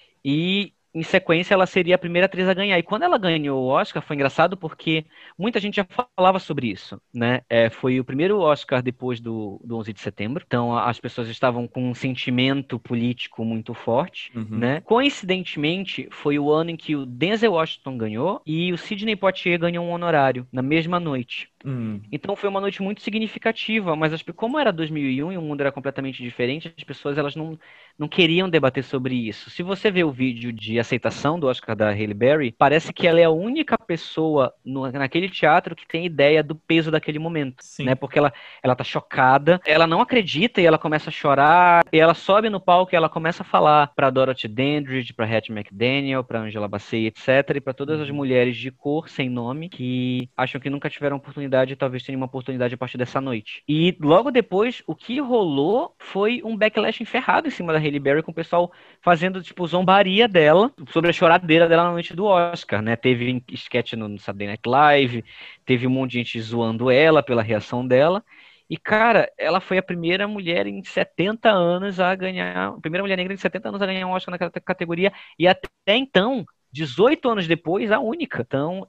E em sequência ela seria a primeira atriz a ganhar. E quando ela ganhou o Oscar foi engraçado porque muita gente já falava sobre isso, né? Foi o primeiro Oscar depois do 11 de setembro. Então as pessoas estavam com um sentimento político muito forte, Uhum. né? Coincidentemente, foi o ano em que o Denzel Washington ganhou e o Sidney Poitier ganhou um honorário na mesma noite. Uhum. Então foi uma noite muito significativa, mas como era 2001 e o mundo era completamente diferente, as pessoas elas não queriam debater sobre isso. Se você vê o vídeo de aceitação do Oscar da Halle Berry, parece que ela é a única pessoa naquele teatro que tem ideia do peso daquele momento, né? Sim. Porque ela tá chocada, ela não acredita e ela começa a chorar, e ela sobe no palco e ela começa a falar para Dorothy Dandridge, para Hattie McDaniel, para Angela Bassett, etc, e para todas as Uhum. mulheres de cor sem nome que acham que nunca tiveram oportunidade e talvez tenham uma oportunidade a partir dessa noite. E logo depois, o que rolou foi um backlash enferrado em cima da Halle Berry, com o pessoal fazendo, tipo, zombaria dela sobre a choradeira dela na noite do Oscar, né? Teve sketch no Saturday Night Live, teve um monte de gente zoando ela pela reação dela. E, cara, ela foi a primeira mulher em 70 anos a ganhar, a primeira mulher negra em 70 anos a ganhar um Oscar naquela categoria, e até então, 18 anos depois, a única. Então,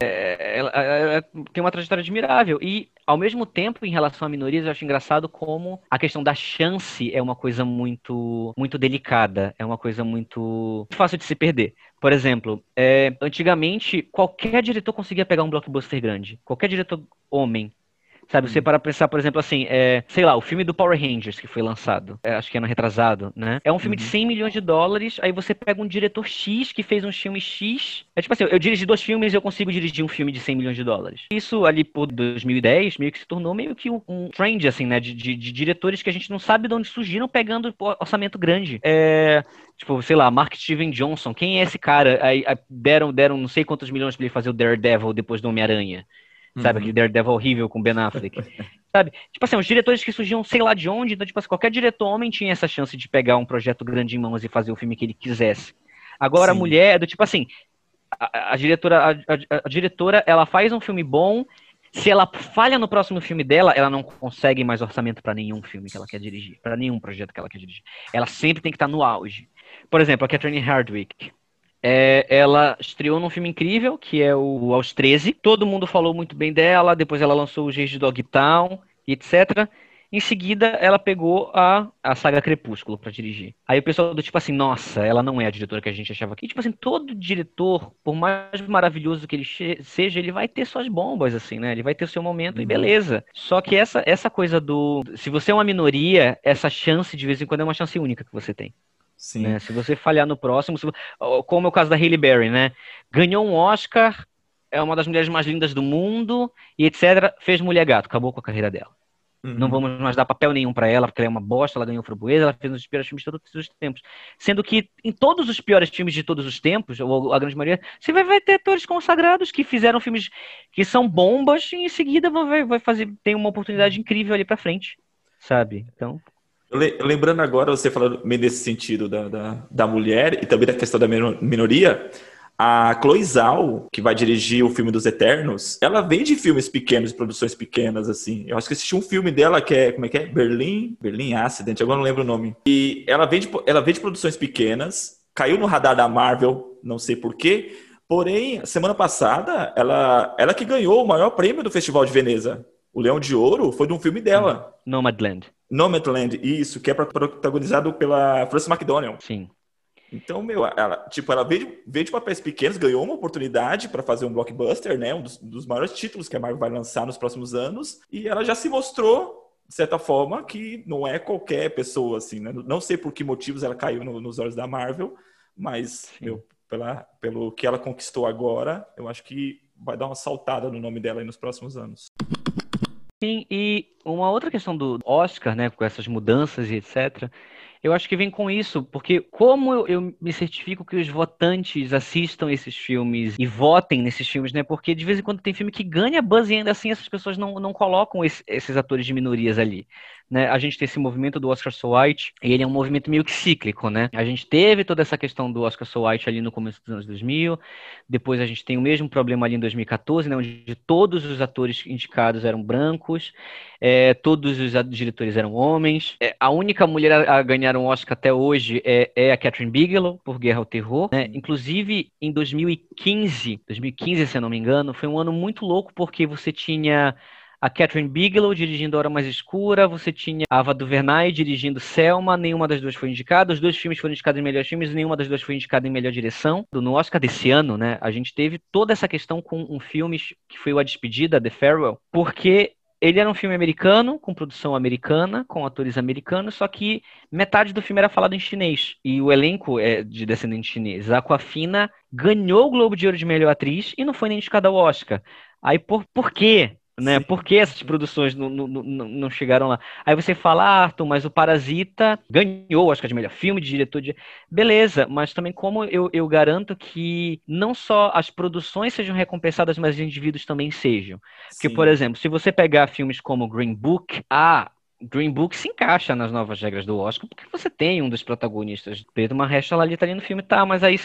ela tem uma trajetória admirável. E, ao mesmo tempo, em relação a minorias, eu acho engraçado como a questão da chance é uma coisa muito, muito delicada, é uma coisa muito fácil de se perder. Por exemplo, antigamente, qualquer diretor conseguia pegar um blockbuster grande. Qualquer diretor homem. Sabe, você Uhum. para pensar, por exemplo, assim, sei lá, o filme do Power Rangers que foi lançado, acho que ano retrasado, né? É um filme de Uhum. 100 milhões de dólares, aí você pega um diretor X que fez um filme X. É tipo assim, eu dirigi 2 filmes e eu consigo dirigir um filme de 100 milhões de dólares. Isso ali por 2010 meio que se tornou meio que um trend, assim, né? De diretores que a gente não sabe de onde surgiram pegando orçamento grande. Tipo, sei lá, Mark Steven Johnson, quem é esse cara? Aí deram não sei quantos milhões pra ele fazer o Daredevil depois do Homem-Aranha. Sabe, aquele Uhum. Daredevil horrível com Ben Affleck. Sabe? Tipo assim, os diretores que surgiam sei lá de onde, então, tipo assim, qualquer diretor homem tinha essa chance de pegar um projeto grande em mãos e fazer o filme que ele quisesse. Agora, a Sim. mulher é do tipo assim, a diretora, ela faz um filme bom, se ela falha no próximo filme dela, ela não consegue mais orçamento pra nenhum filme que ela quer dirigir, pra nenhum projeto que ela quer dirigir. Ela sempre tem que estar no auge. Por exemplo, a Catherine Hardwicke. Ela estreou num filme incrível, que é o Aos 13. Todo mundo falou muito bem dela, depois ela lançou o G de Dogtown, etc. Em seguida, ela pegou a saga Crepúsculo pra dirigir. Aí o pessoal do tipo assim, nossa, ela não é a diretora que a gente achava aqui. Tipo assim, todo diretor, por mais maravilhoso que ele seja, ele vai ter suas bombas, assim, né? Ele vai ter seu momento e Uhum. beleza. Só que essa coisa do... Se você é uma minoria, essa chance de vez em quando é uma chance única que você tem. Sim. Né? Se você falhar no próximo, como é o caso da Halle Berry, né? Ganhou um Oscar, é uma das mulheres mais lindas do mundo e etc. Fez Mulher Gato, acabou com a carreira dela. Não Uhum. vamos mais dar papel nenhum pra ela, porque ela é uma bosta, ela ganhou Framboesa, ela fez um dos piores filmes de todos os tempos. Sendo que em todos os piores filmes de todos os tempos, ou a grande maioria, você vai ter atores consagrados que fizeram filmes que são bombas e em seguida vai fazer, tem uma oportunidade incrível ali pra frente, sabe? Então, Lembrando agora, você falando meio nesse sentido da mulher e também da questão da minoria, a Chloe Zhao, que vai dirigir o filme dos Eternos, ela vem de filmes pequenos, de produções pequenas, assim. Eu acho que assisti um filme dela que é, como é que é? Berlim Accident, agora não lembro o nome. E ela vem de produções pequenas, caiu no radar da Marvel, não sei por quê, porém, semana passada, ela que ganhou o maior prêmio do Festival de Veneza. O Leão de Ouro foi de um filme dela. Nomadland, Nomadland, isso, que é protagonizado pela Frances McDormand. sim. Então, meu, ela veio de papéis pequenos, ganhou uma oportunidade para fazer um blockbuster, né? Um dos maiores títulos que a Marvel vai lançar nos próximos anos. E ela já se mostrou, de certa forma, que não é qualquer pessoa, assim, né? Não sei por que motivos ela caiu nos olhos da Marvel, mas, Sim. pelo que ela conquistou agora, eu acho que vai dar uma saltada no nome dela aí nos próximos anos. Sim, e uma outra questão do Oscar, né, com essas mudanças e etc., eu acho que vem com isso, porque como eu me certifico que os votantes assistam esses filmes e votem nesses filmes, né? Porque de vez em quando tem filme que ganha buzz e ainda assim essas pessoas não colocam esses atores de minorias ali, né? A gente tem esse movimento do Oscar So White, e ele é um movimento meio que cíclico, né? A gente teve toda essa questão do Oscar So White ali no começo dos anos 2000, depois a gente tem o mesmo problema ali em 2014, né? Onde todos os atores indicados eram brancos, todos os diretores eram homens. A única mulher a ganhar um Oscar até hoje é a Catherine Bigelow, por Guerra ao Terror, né? Inclusive, em 2015, se eu não me engano, foi um ano muito louco, porque você tinha a Catherine Bigelow dirigindo A Hora Mais Escura, você tinha a Ava DuVernay dirigindo Selma, nenhuma das duas foi indicada, os dois filmes foram indicados em melhores filmes, nenhuma das duas foi indicada em melhor direção. No Oscar desse ano, né, a gente teve toda essa questão com um filme que foi A Despedida, The Farewell, porque ele era um filme americano, com produção americana, com atores americanos, só que metade do filme era falado em chinês. E o elenco é de descendente chinês. A Awkwafina ganhou o Globo de Ouro de melhor atriz e não foi nem indicada ao Oscar. Aí por quê? Né? Sim. Por que essas produções não chegaram lá? Aí você fala, Arthur, mas o Parasita ganhou o Oscar de melhor filme, de diretor de... Beleza, mas também como eu garanto que não só as produções sejam recompensadas, mas os indivíduos também sejam. Porque, por Sim. exemplo, se você pegar filmes como Green Book, Green Book se encaixa nas novas regras do Oscar, porque você tem um dos protagonistas preto, Mahershala Ali tá ali no filme, tá, mas aí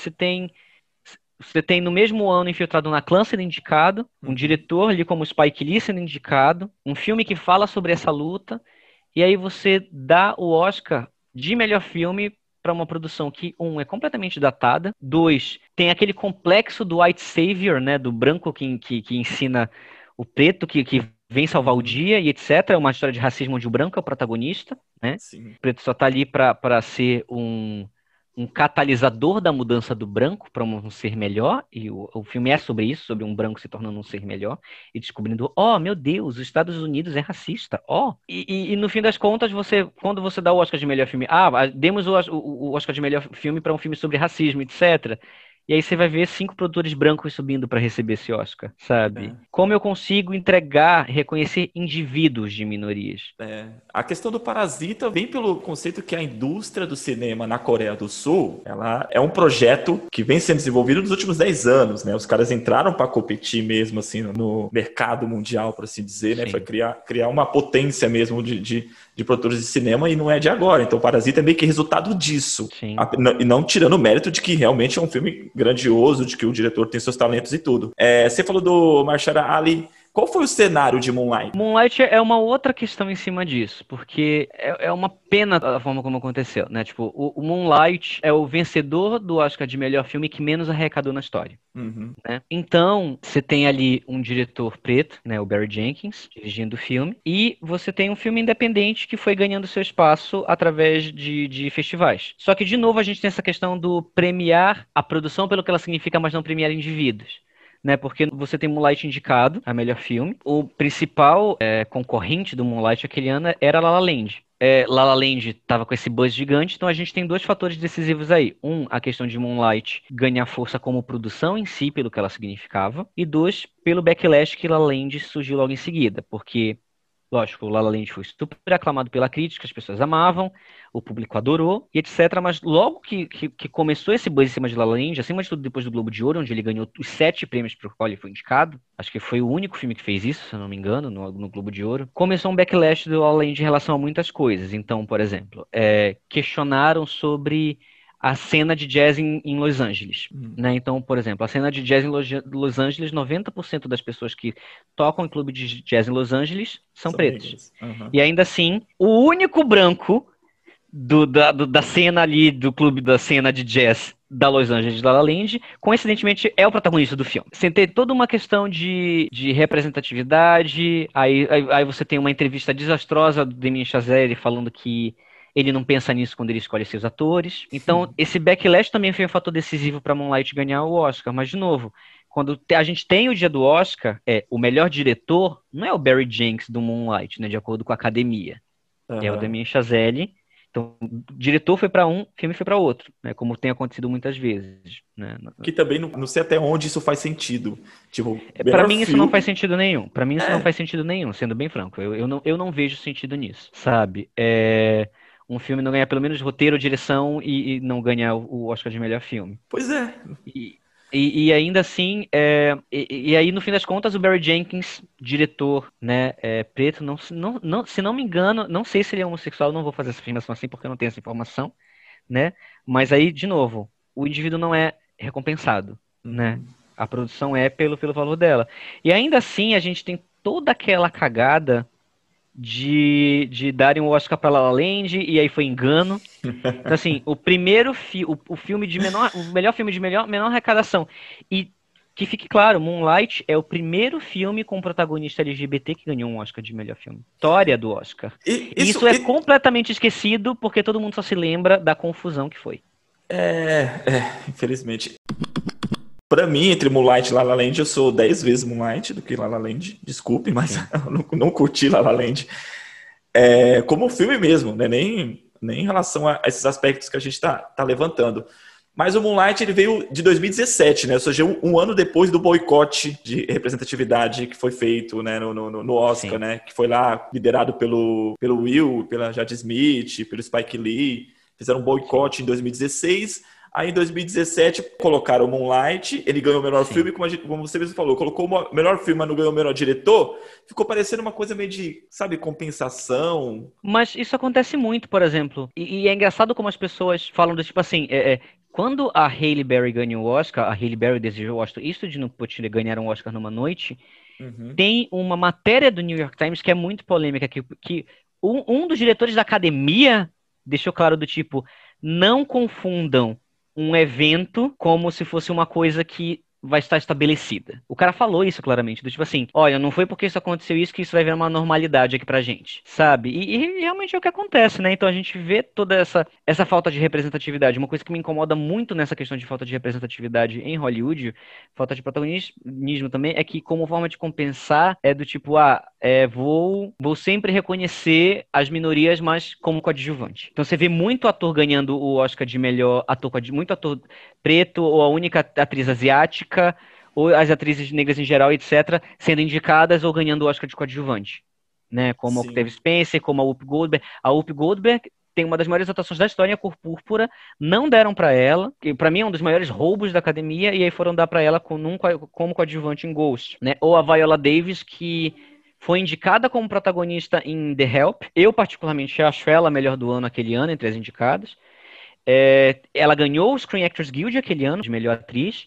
você tem no mesmo ano Infiltrado na Clã sendo indicado, um Uhum. diretor ali como Spike Lee sendo indicado, um filme que fala sobre essa luta, e aí você dá o Oscar de melhor filme para uma produção que, um, é completamente datada, dois, tem aquele complexo do white savior, né, do branco que ensina o preto, que vem salvar o Uhum. dia e etc. É uma história de racismo onde o branco é o protagonista, né? Sim. O preto só tá ali para ser um catalisador da mudança do branco para um ser melhor, e o filme é sobre isso, sobre um branco se tornando um ser melhor, e descobrindo, oh, meu Deus, os Estados Unidos é racista, oh. E no fim das contas, quando você dá o Oscar de melhor filme, demos o Oscar de melhor filme para um filme sobre racismo, etc. E aí você vai ver 5 produtores brancos subindo para receber esse Oscar, sabe? É. Como eu consigo entregar, reconhecer indivíduos de minorias? A questão do Parasita vem pelo conceito que a indústria do cinema na Coreia do Sul, ela é um projeto que vem sendo desenvolvido nos últimos 10 anos, né? Os caras entraram para competir mesmo assim no mercado mundial, por assim dizer, né? Foi Sim, criar uma potência mesmo de produtores de cinema, e não é de agora. Então, Parasita é meio que resultado disso. sim. E não tirando o mérito de que realmente é um filme grandioso, de que o diretor tem seus talentos e tudo. Você falou do Mahershala Ali. Qual foi o cenário de Moonlight? Moonlight é uma outra questão em cima disso, porque é uma pena a forma como aconteceu, né? Tipo, o Moonlight é o vencedor do Oscar de melhor filme que menos arrecadou na história. Uhum. Né? Então, você tem ali um diretor preto, né, o Barry Jenkins, dirigindo o filme, e você tem um filme independente que foi ganhando seu espaço através de festivais. Só que, de novo, a gente tem essa questão do premiar a produção pelo que ela significa, mas não premiar indivíduos. Né, porque você tem Moonlight indicado a melhor filme. O principal concorrente do Moonlight aquele ano era La La Land. La La Land estava com esse buzz gigante, então a gente tem dois fatores decisivos aí. Um, a questão de Moonlight ganhar força como produção em si, pelo que ela significava. E dois, pelo backlash que La La Land surgiu logo em seguida. Porque, lógico, o La La Land foi super aclamado pela crítica, as pessoas amavam, o público adorou, e etc. Mas logo que começou esse buzz em cima de La La Land, acima de tudo depois do Globo de Ouro, onde ele ganhou os 7 prêmios para o qual ele foi indicado, acho que foi o único filme que fez isso, se eu não me engano, no Globo de Ouro, começou um backlash do La La Land em relação a muitas coisas. Então, por exemplo, questionaram sobre a cena de jazz em Los Angeles. Né? Então, por exemplo, a cena de jazz em Los Angeles, 90% das pessoas que tocam em clube de jazz em Los Angeles são pretos. Uhum. E ainda assim, o único branco da cena ali, do clube da cena de jazz da Los Angeles La La Land, coincidentemente é o protagonista do filme. Sem ter toda uma questão de representatividade, aí você tem uma entrevista desastrosa do Damien Chazelle falando que ele não pensa nisso quando ele escolhe seus atores. Então, esse backlash também foi um fator decisivo para Moonlight ganhar o Oscar. Mas, de novo, quando a gente tem o dia do Oscar, o melhor diretor não é o Barry Jenkins do Moonlight, né, de acordo com a academia. Uhum. É o Damien Chazelle. Então, o diretor foi para um, o filme foi para outro, né, como tem acontecido muitas vezes. Né? Que também não sei até onde isso faz sentido. Tipo, para mim isso filme... não faz sentido nenhum. Para mim isso não faz sentido nenhum, sendo bem franco. Eu não vejo sentido nisso, sabe? Um filme não ganhar pelo menos roteiro, direção e não ganhar o Oscar de melhor filme. Pois é. E ainda assim, e aí no fim das contas o Barry Jenkins, diretor, né, preto, se não me engano, não sei se ele é homossexual, não vou fazer essa afirmação assim porque eu não tenho essa informação, né, mas aí, de novo, o indivíduo não é recompensado, né, a produção é pelo valor dela. E ainda assim a gente tem toda aquela cagada de darem o Oscar para La La Land, e aí foi engano. Então, assim, o filme de o melhor filme de menor arrecadação. E que fique claro, Moonlight é o primeiro filme com protagonista LGBT que ganhou um Oscar de melhor filme. História do Oscar. E isso é completamente esquecido porque todo mundo só se lembra da confusão que foi. Infelizmente. Pra mim, entre Moonlight e La La Land, eu sou 10 vezes Moonlight do que La La Land. Desculpe, mas eu não curti La La Land. Como filme mesmo, né? Nem em relação a esses aspectos que a gente tá levantando. Mas o Moonlight ele veio de 2017, né? Ou seja, um ano depois do boicote de representatividade que foi feito, né, no Oscar, sim, né? Que foi lá liderado pelo Will, pela Jade Smith, pelo Spike Lee. Fizeram um boicote em 2016. Aí em 2017 colocaram o Moonlight, ele ganhou o melhor filme, como você mesmo falou, colocou o melhor filme, mas não ganhou o melhor diretor, ficou parecendo uma coisa meio de, sabe, compensação. Mas isso acontece muito, por exemplo, e é engraçado como as pessoas falam do tipo assim, quando a Halle Berry ganhou o Oscar, a Halle Berry desejou o Oscar, isso de não poder ganhar um Oscar numa noite, tem uma matéria do New York Times que é muito polêmica, que um dos diretores da academia deixou claro do tipo, não confundam um evento como se fosse uma coisa que vai estar estabelecida. O cara falou isso claramente, do tipo assim, olha, não foi porque isso aconteceu isso que isso vai virar uma normalidade aqui pra gente, sabe? E realmente é o que acontece, né? Então a gente vê toda essa falta de representatividade. Uma coisa que me incomoda muito nessa questão de falta de representatividade em Hollywood, falta de protagonismo também, é que como forma de compensar é do tipo, vou sempre reconhecer as minorias, mas como coadjuvante. Então você vê muito ator ganhando o Oscar de melhor ator, muito ator preto ou a única atriz asiática, ou as atrizes negras em geral, etc., sendo indicadas ou ganhando o Oscar de coadjuvante, né? Como a Octavia Spencer, como a Whoopi Goldberg. A Whoopi Goldberg tem uma das maiores atuações da história, a Cor Púrpura, não deram para ela, que para mim é um dos maiores roubos da academia, e aí foram dar para ela como coadjuvante em Ghost, né? Ou a Viola Davis, que foi indicada como protagonista em The Help. Eu, particularmente, acho ela a melhor do ano aquele ano, entre as indicadas. Ela ganhou o Screen Actors Guild aquele ano, de melhor atriz.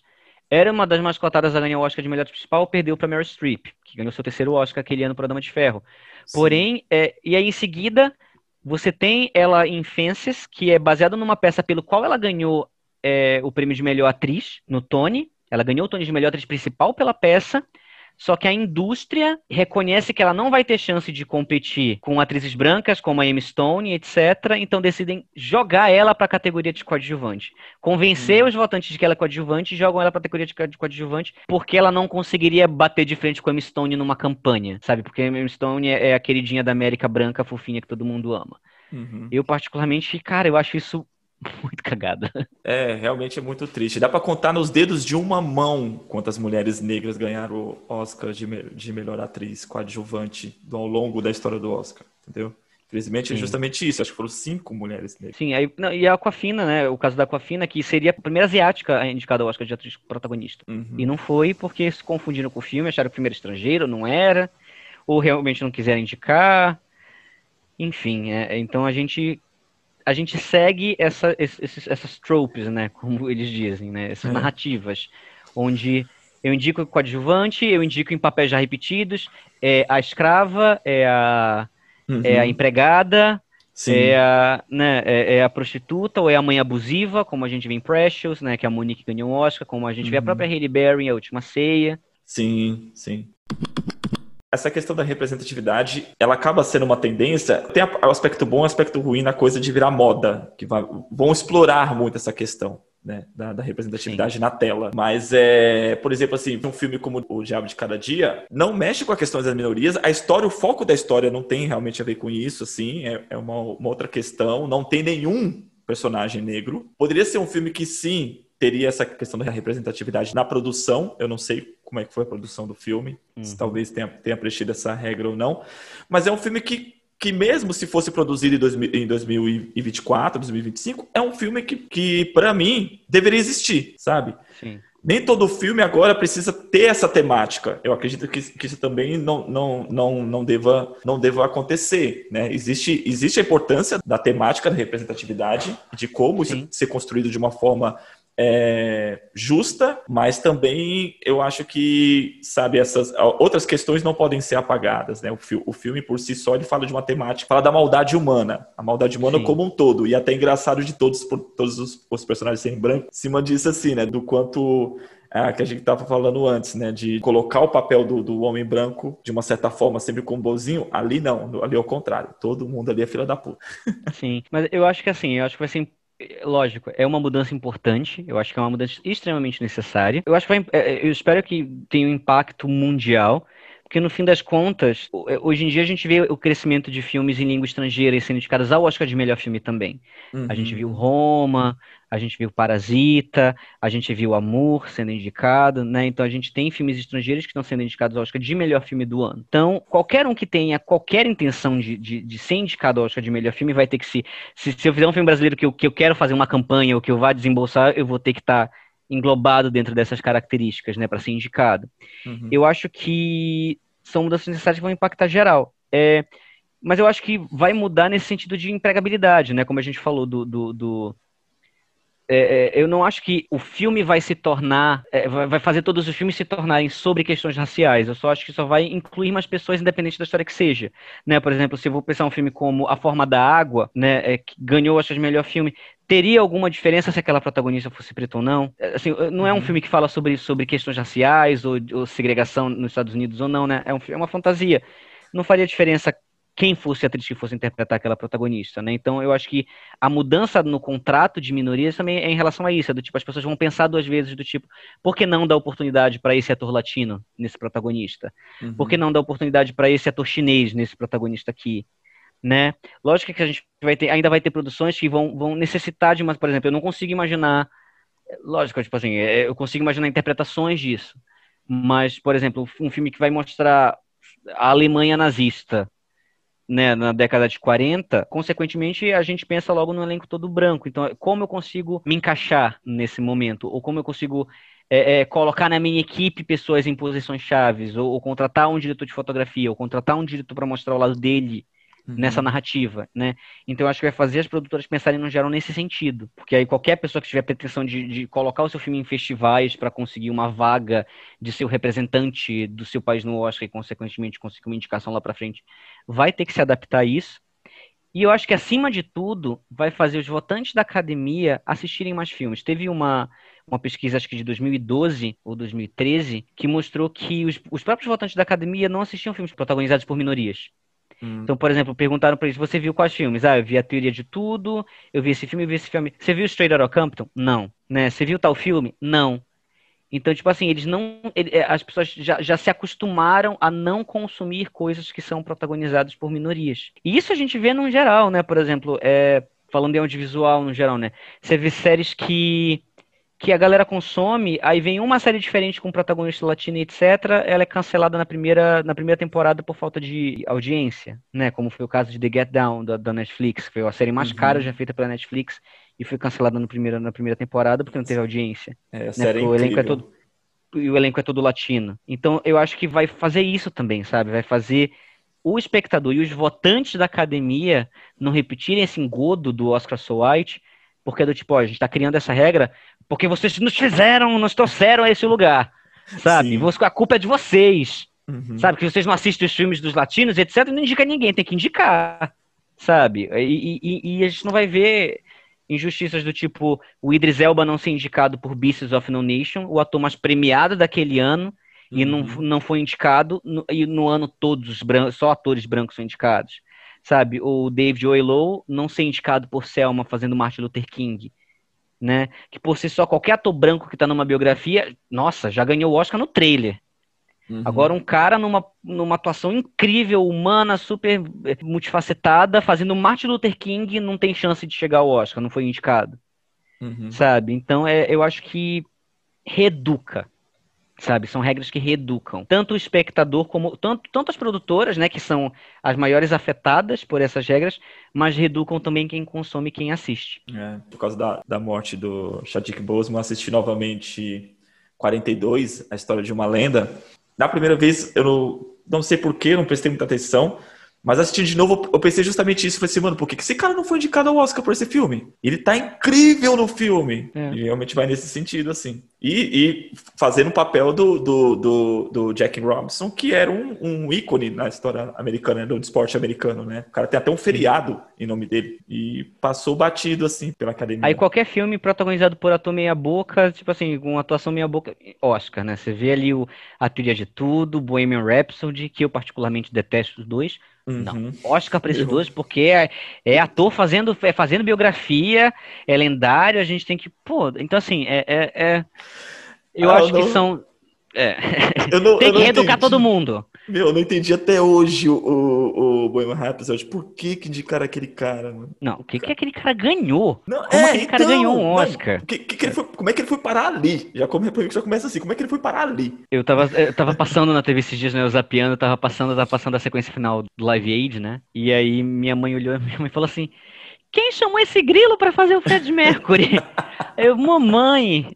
Era uma das mais cotadas a ganhar o Oscar de melhor atriz principal, perdeu para Meryl Streep, que ganhou seu terceiro Oscar aquele ano por A Dama de Ferro. Sim. Porém, e aí em seguida, você tem ela em Fences, que é baseada numa peça pelo qual ela ganhou o prêmio de melhor atriz no Tony. Ela ganhou o Tony de melhor atriz principal pela peça. Só que a indústria reconhece que ela não vai ter chance de competir com atrizes brancas como a Emma Stone, etc. Então decidem jogar ela para a categoria de coadjuvante. Convencer os votantes de que ela é coadjuvante e jogam ela para a categoria de coadjuvante porque ela não conseguiria bater de frente com a Emma Stone numa campanha, sabe? Porque a Emma Stone é a queridinha da América branca fofinha que todo mundo ama. Uhum. Eu particularmente, cara, eu acho isso muito cagada. Realmente é muito triste. Dá para contar nos dedos de uma mão quantas mulheres negras ganharam o Oscar de melhor atriz coadjuvante ao longo da história do Oscar, entendeu? Infelizmente é Sim. justamente isso. Acho que foram 5 mulheres negras. Sim, aí, não, e a Awkwafina, né? O caso da Awkwafina, que seria a primeira asiática indicada ao Oscar de atriz protagonista. E não foi porque se confundiram com o filme, acharam que o primeiro estrangeiro, não era, ou realmente não quiseram indicar. Enfim, então a gente segue essas tropes, né? Como eles dizem, né? Essas narrativas, onde eu indico o coadjuvante, eu indico em papéis já repetidos, a escrava, a empregada, Sim. é a prostituta ou é a mãe abusiva, como a gente vê em Precious, né, que a Monique ganhou um Oscar, como a gente vê a própria Halle Berry em A Última Ceia. Sim, sim. Essa questão da representatividade, ela acaba sendo uma tendência. Tem o aspecto bom e o aspecto ruim na coisa de virar moda, que vão explorar muito essa questão, né, da representatividade na tela. Mas, por exemplo, assim, um filme como O Diabo de Cada Dia não mexe com as questões das minorias. A história, o foco da história não tem realmente a ver com isso, assim, é uma outra questão. Não tem nenhum personagem negro. Poderia ser um filme que, sim, teria essa questão da representatividade na produção. Eu não sei como é que foi a produção do filme, se talvez tenha preenchido essa regra ou não. Mas é um filme que mesmo se fosse produzido em 2024, 2025, é um filme que para mim, deveria existir, sabe? Sim. Nem todo filme agora precisa ter essa temática. Eu acredito que isso também não deva acontecer, né? Existe a importância da temática da representatividade, de como isso ser construído de uma forma justa, mas também eu acho que, sabe, essas outras questões não podem ser apagadas, né? O filme por si só, ele fala de uma temática, fala da maldade humana, a maldade humana como um todo, e até engraçado de todos os personagens serem brancos, em cima disso assim, né, do quanto que a gente estava falando antes, né, de colocar o papel do homem branco de uma certa forma sempre como bonzinho. Ali não, ali é o contrário, todo mundo ali é filha da puta. Sim, mas eu acho que assim, eu acho que vai ser lógico, é uma mudança importante, eu acho que é uma mudança extremamente necessária. Eu acho que eu espero que tenha um impacto mundial, porque no fim das contas, hoje em dia a gente vê o crescimento de filmes em língua estrangeira e sendo indicados ao Oscar de melhor filme também. A gente viu Roma, a gente viu Parasita, a gente viu Amour sendo indicado, né? Então a gente tem filmes estrangeiros que estão sendo indicados ao Oscar de melhor filme do ano. Então, qualquer um que tenha qualquer intenção de ser indicado ao Oscar de melhor filme vai ter que se eu fizer um filme brasileiro que eu quero fazer uma campanha ou que eu vá desembolsar, eu vou ter que estar englobado dentro dessas características, né, para ser indicado. Eu acho que são mudanças necessárias que vão impactar geral. Mas eu acho que vai mudar nesse sentido de empregabilidade, né? Como a gente falou eu não acho que o filme vai se tornar, vai fazer todos os filmes se tornarem sobre questões raciais. Eu só acho que só vai incluir mais pessoas, independente da história que seja. Né? Por exemplo, se eu vou pensar um filme como A Forma da Água, né, que ganhou, acho, de melhor filme, teria alguma diferença se aquela protagonista fosse preta ou não? Assim, não é um filme que fala sobre questões raciais ou segregação nos Estados Unidos ou não, né? É uma fantasia. Não faria diferença quem fosse a atriz que fosse interpretar aquela protagonista, né? Então eu acho que a mudança no contrato de minorias também é em relação a isso, do tipo, as pessoas vão pensar duas vezes do tipo, por que não dar oportunidade para esse ator latino nesse protagonista? Por que não dar oportunidade para esse ator chinês nesse protagonista aqui? Né? Lógico que a gente ainda vai ter produções que vão necessitar de por exemplo, eu não consigo imaginar, lógico, tipo assim, eu consigo imaginar interpretações disso, mas, por exemplo, um filme que vai mostrar a Alemanha nazista, né, na década de 40, consequentemente a gente pensa logo no elenco todo branco. Então, como eu consigo me encaixar nesse momento? Ou como eu consigo colocar na minha equipe pessoas em posições chaves? Ou contratar um diretor de fotografia, ou contratar um diretor para mostrar o lado dele nessa narrativa, né? Então eu acho que vai fazer as produtoras pensarem no geral nesse sentido, porque aí qualquer pessoa que tiver pretensão de colocar o seu filme em festivais para conseguir uma vaga de ser o representante do seu país no Oscar e consequentemente conseguir uma indicação lá para frente, vai ter que se adaptar a isso. E eu acho que acima de tudo vai fazer os votantes da academia assistirem mais filmes. Teve uma pesquisa, acho que de 2012 ou 2013, que mostrou que os próprios votantes da academia não assistiam filmes protagonizados por minorias. Então, por exemplo, perguntaram pra eles, você viu quais filmes? Ah, eu vi A Teoria de Tudo, eu vi esse filme, eu vi esse filme. Você viu Straight Outta Compton? Não. Né? Você viu tal filme? Não. Então, tipo assim, eles não. As pessoas já se acostumaram a não consumir coisas que são protagonizadas por minorias. E isso a gente vê no geral, né? Por exemplo, falando em audiovisual no geral, né? Você vê séries que a galera consome, aí vem uma série diferente com protagonista latino e etc., ela é cancelada na primeira temporada por falta de audiência, né? Como foi o caso de The Get Down, da Netflix, que foi a série mais cara já feita pela Netflix, e foi cancelada na primeira temporada porque não teve audiência. A Né? série Porque é incrível. o elenco é todo latino. Então, eu acho que vai fazer isso também, sabe? Vai fazer o espectador e os votantes da academia não repetirem esse engodo do Oscar So White, porque é do tipo, ó, a gente tá criando essa regra porque vocês nos trouxeram a esse lugar, sabe? Sim. A culpa é de vocês, Uhum. sabe? Que vocês não assistem os filmes dos latinos, etc, não indica ninguém, tem que indicar, sabe? E a gente não vai ver injustiças do tipo o Idris Elba não ser indicado por Beasts of No Nation, o ator mais premiado daquele ano, e Uhum. não foi indicado, e no ano todos os brancos, só atores brancos são indicados, sabe? O David Oyelowo não ser indicado por Selma fazendo Martin Luther King, né? Que por si só, qualquer ator branco que tá numa biografia, nossa, já ganhou o Oscar no trailer. Agora, Uhum. um cara numa atuação incrível, humana, super multifacetada, fazendo Martin Luther King, não tem chance de chegar ao Oscar, não foi indicado, Uhum. sabe? Então, eu acho que reeduca, sabe? São regras que reeducam. Tanto o espectador como... Tanto as produtoras, né, que são as maiores afetadas por essas regras, mas reeducam também quem consome e quem assiste. Por causa da morte do Chadwick Boseman, assisti novamente 42, A História de uma Lenda. Na primeira vez, eu não sei porquê, não prestei muita atenção, mas assistindo de novo, eu pensei justamente isso. Falei assim, mano, por que esse cara não foi indicado ao Oscar por esse filme? Ele tá incrível no filme. É. E realmente vai nesse sentido, assim. E fazendo o papel do Jack Robinson, que era um ícone na história americana, do esporte americano, né? O cara tem até um Sim. feriado em nome dele. E passou batido, assim, pela Aí academia. qualquer filme protagonizado por ator meia boca, tipo assim, com atuação meia boca, Oscar, né? Você vê ali A Trilha de Tudo, Bohemian Rhapsody, que eu particularmente detesto os dois. Não. Uhum. Oscar para esses Eu, dois, porque é ator fazendo biografia, é lendário, a gente tem que. Pô, então assim, eu eu acho que não, são. é, eu tem que não reeducar todo entendi. mundo. Meu, eu não entendi até hoje o Bohemian Rhapsody. Por que indicaram aquele cara, mano? Não, o que que aquele cara ganhou? Não, Como aquele cara ganhou então, um não. Oscar? Como é que ele foi parar ali? Já começa assim, como é que ele foi parar ali? Eu tava passando na TV esses dias, né? Eu zapeando, tava passando a sequência final do Live Aid, né? E aí minha mãe olhou, minha mãe falou assim: quem chamou esse grilo pra fazer o Fred Mercury? Eu, mamãe,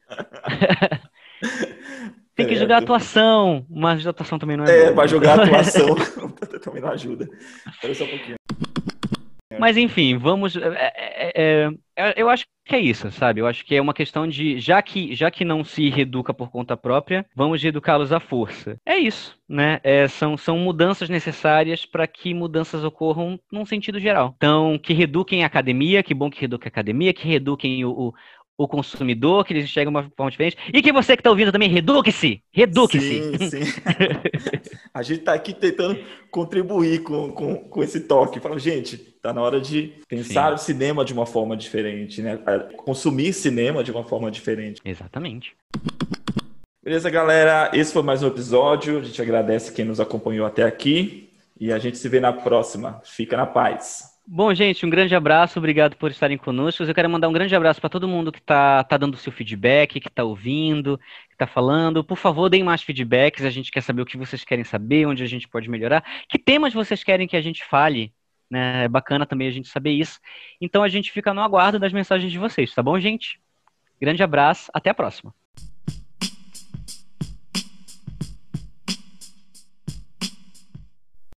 tem que jogar Credo. atuação, mas a atuação também não é boa, Vai né? Então, jogar a atuação. Também não ajuda. Espera só um pouquinho. mas enfim, vamos. Eu acho que é isso, sabe? Eu acho que é uma questão de, já que não se reeduca por conta própria, vamos reeducá-los à força. É isso, né? São mudanças necessárias para que mudanças ocorram num sentido geral. Então, que reeduquem a academia, que bom que reeduquem a academia, que reeduquem o consumidor, que eles enxergam uma forma diferente, e que você que está ouvindo também, reeduque-se! Reeduque-se! Sim, sim. A gente tá aqui tentando contribuir com esse toque. Fala, gente, tá na hora de pensar Sim, o cinema de uma forma diferente, né? Consumir cinema de uma forma diferente. exatamente. Beleza, galera? Esse foi mais um episódio. A gente agradece quem nos acompanhou até aqui e a gente se vê na próxima. Fica na paz. Bom, gente, um grande abraço, obrigado por estarem conosco. Eu quero mandar um grande abraço para todo mundo que tá dando seu feedback, que está ouvindo, que está falando. Por favor, deem mais feedbacks, a gente quer saber o que vocês querem saber, onde a gente pode melhorar, que temas vocês querem que a gente fale, né? É bacana também a gente saber isso. Então a gente fica no aguardo das mensagens de vocês, tá bom, gente? Grande abraço, até a próxima.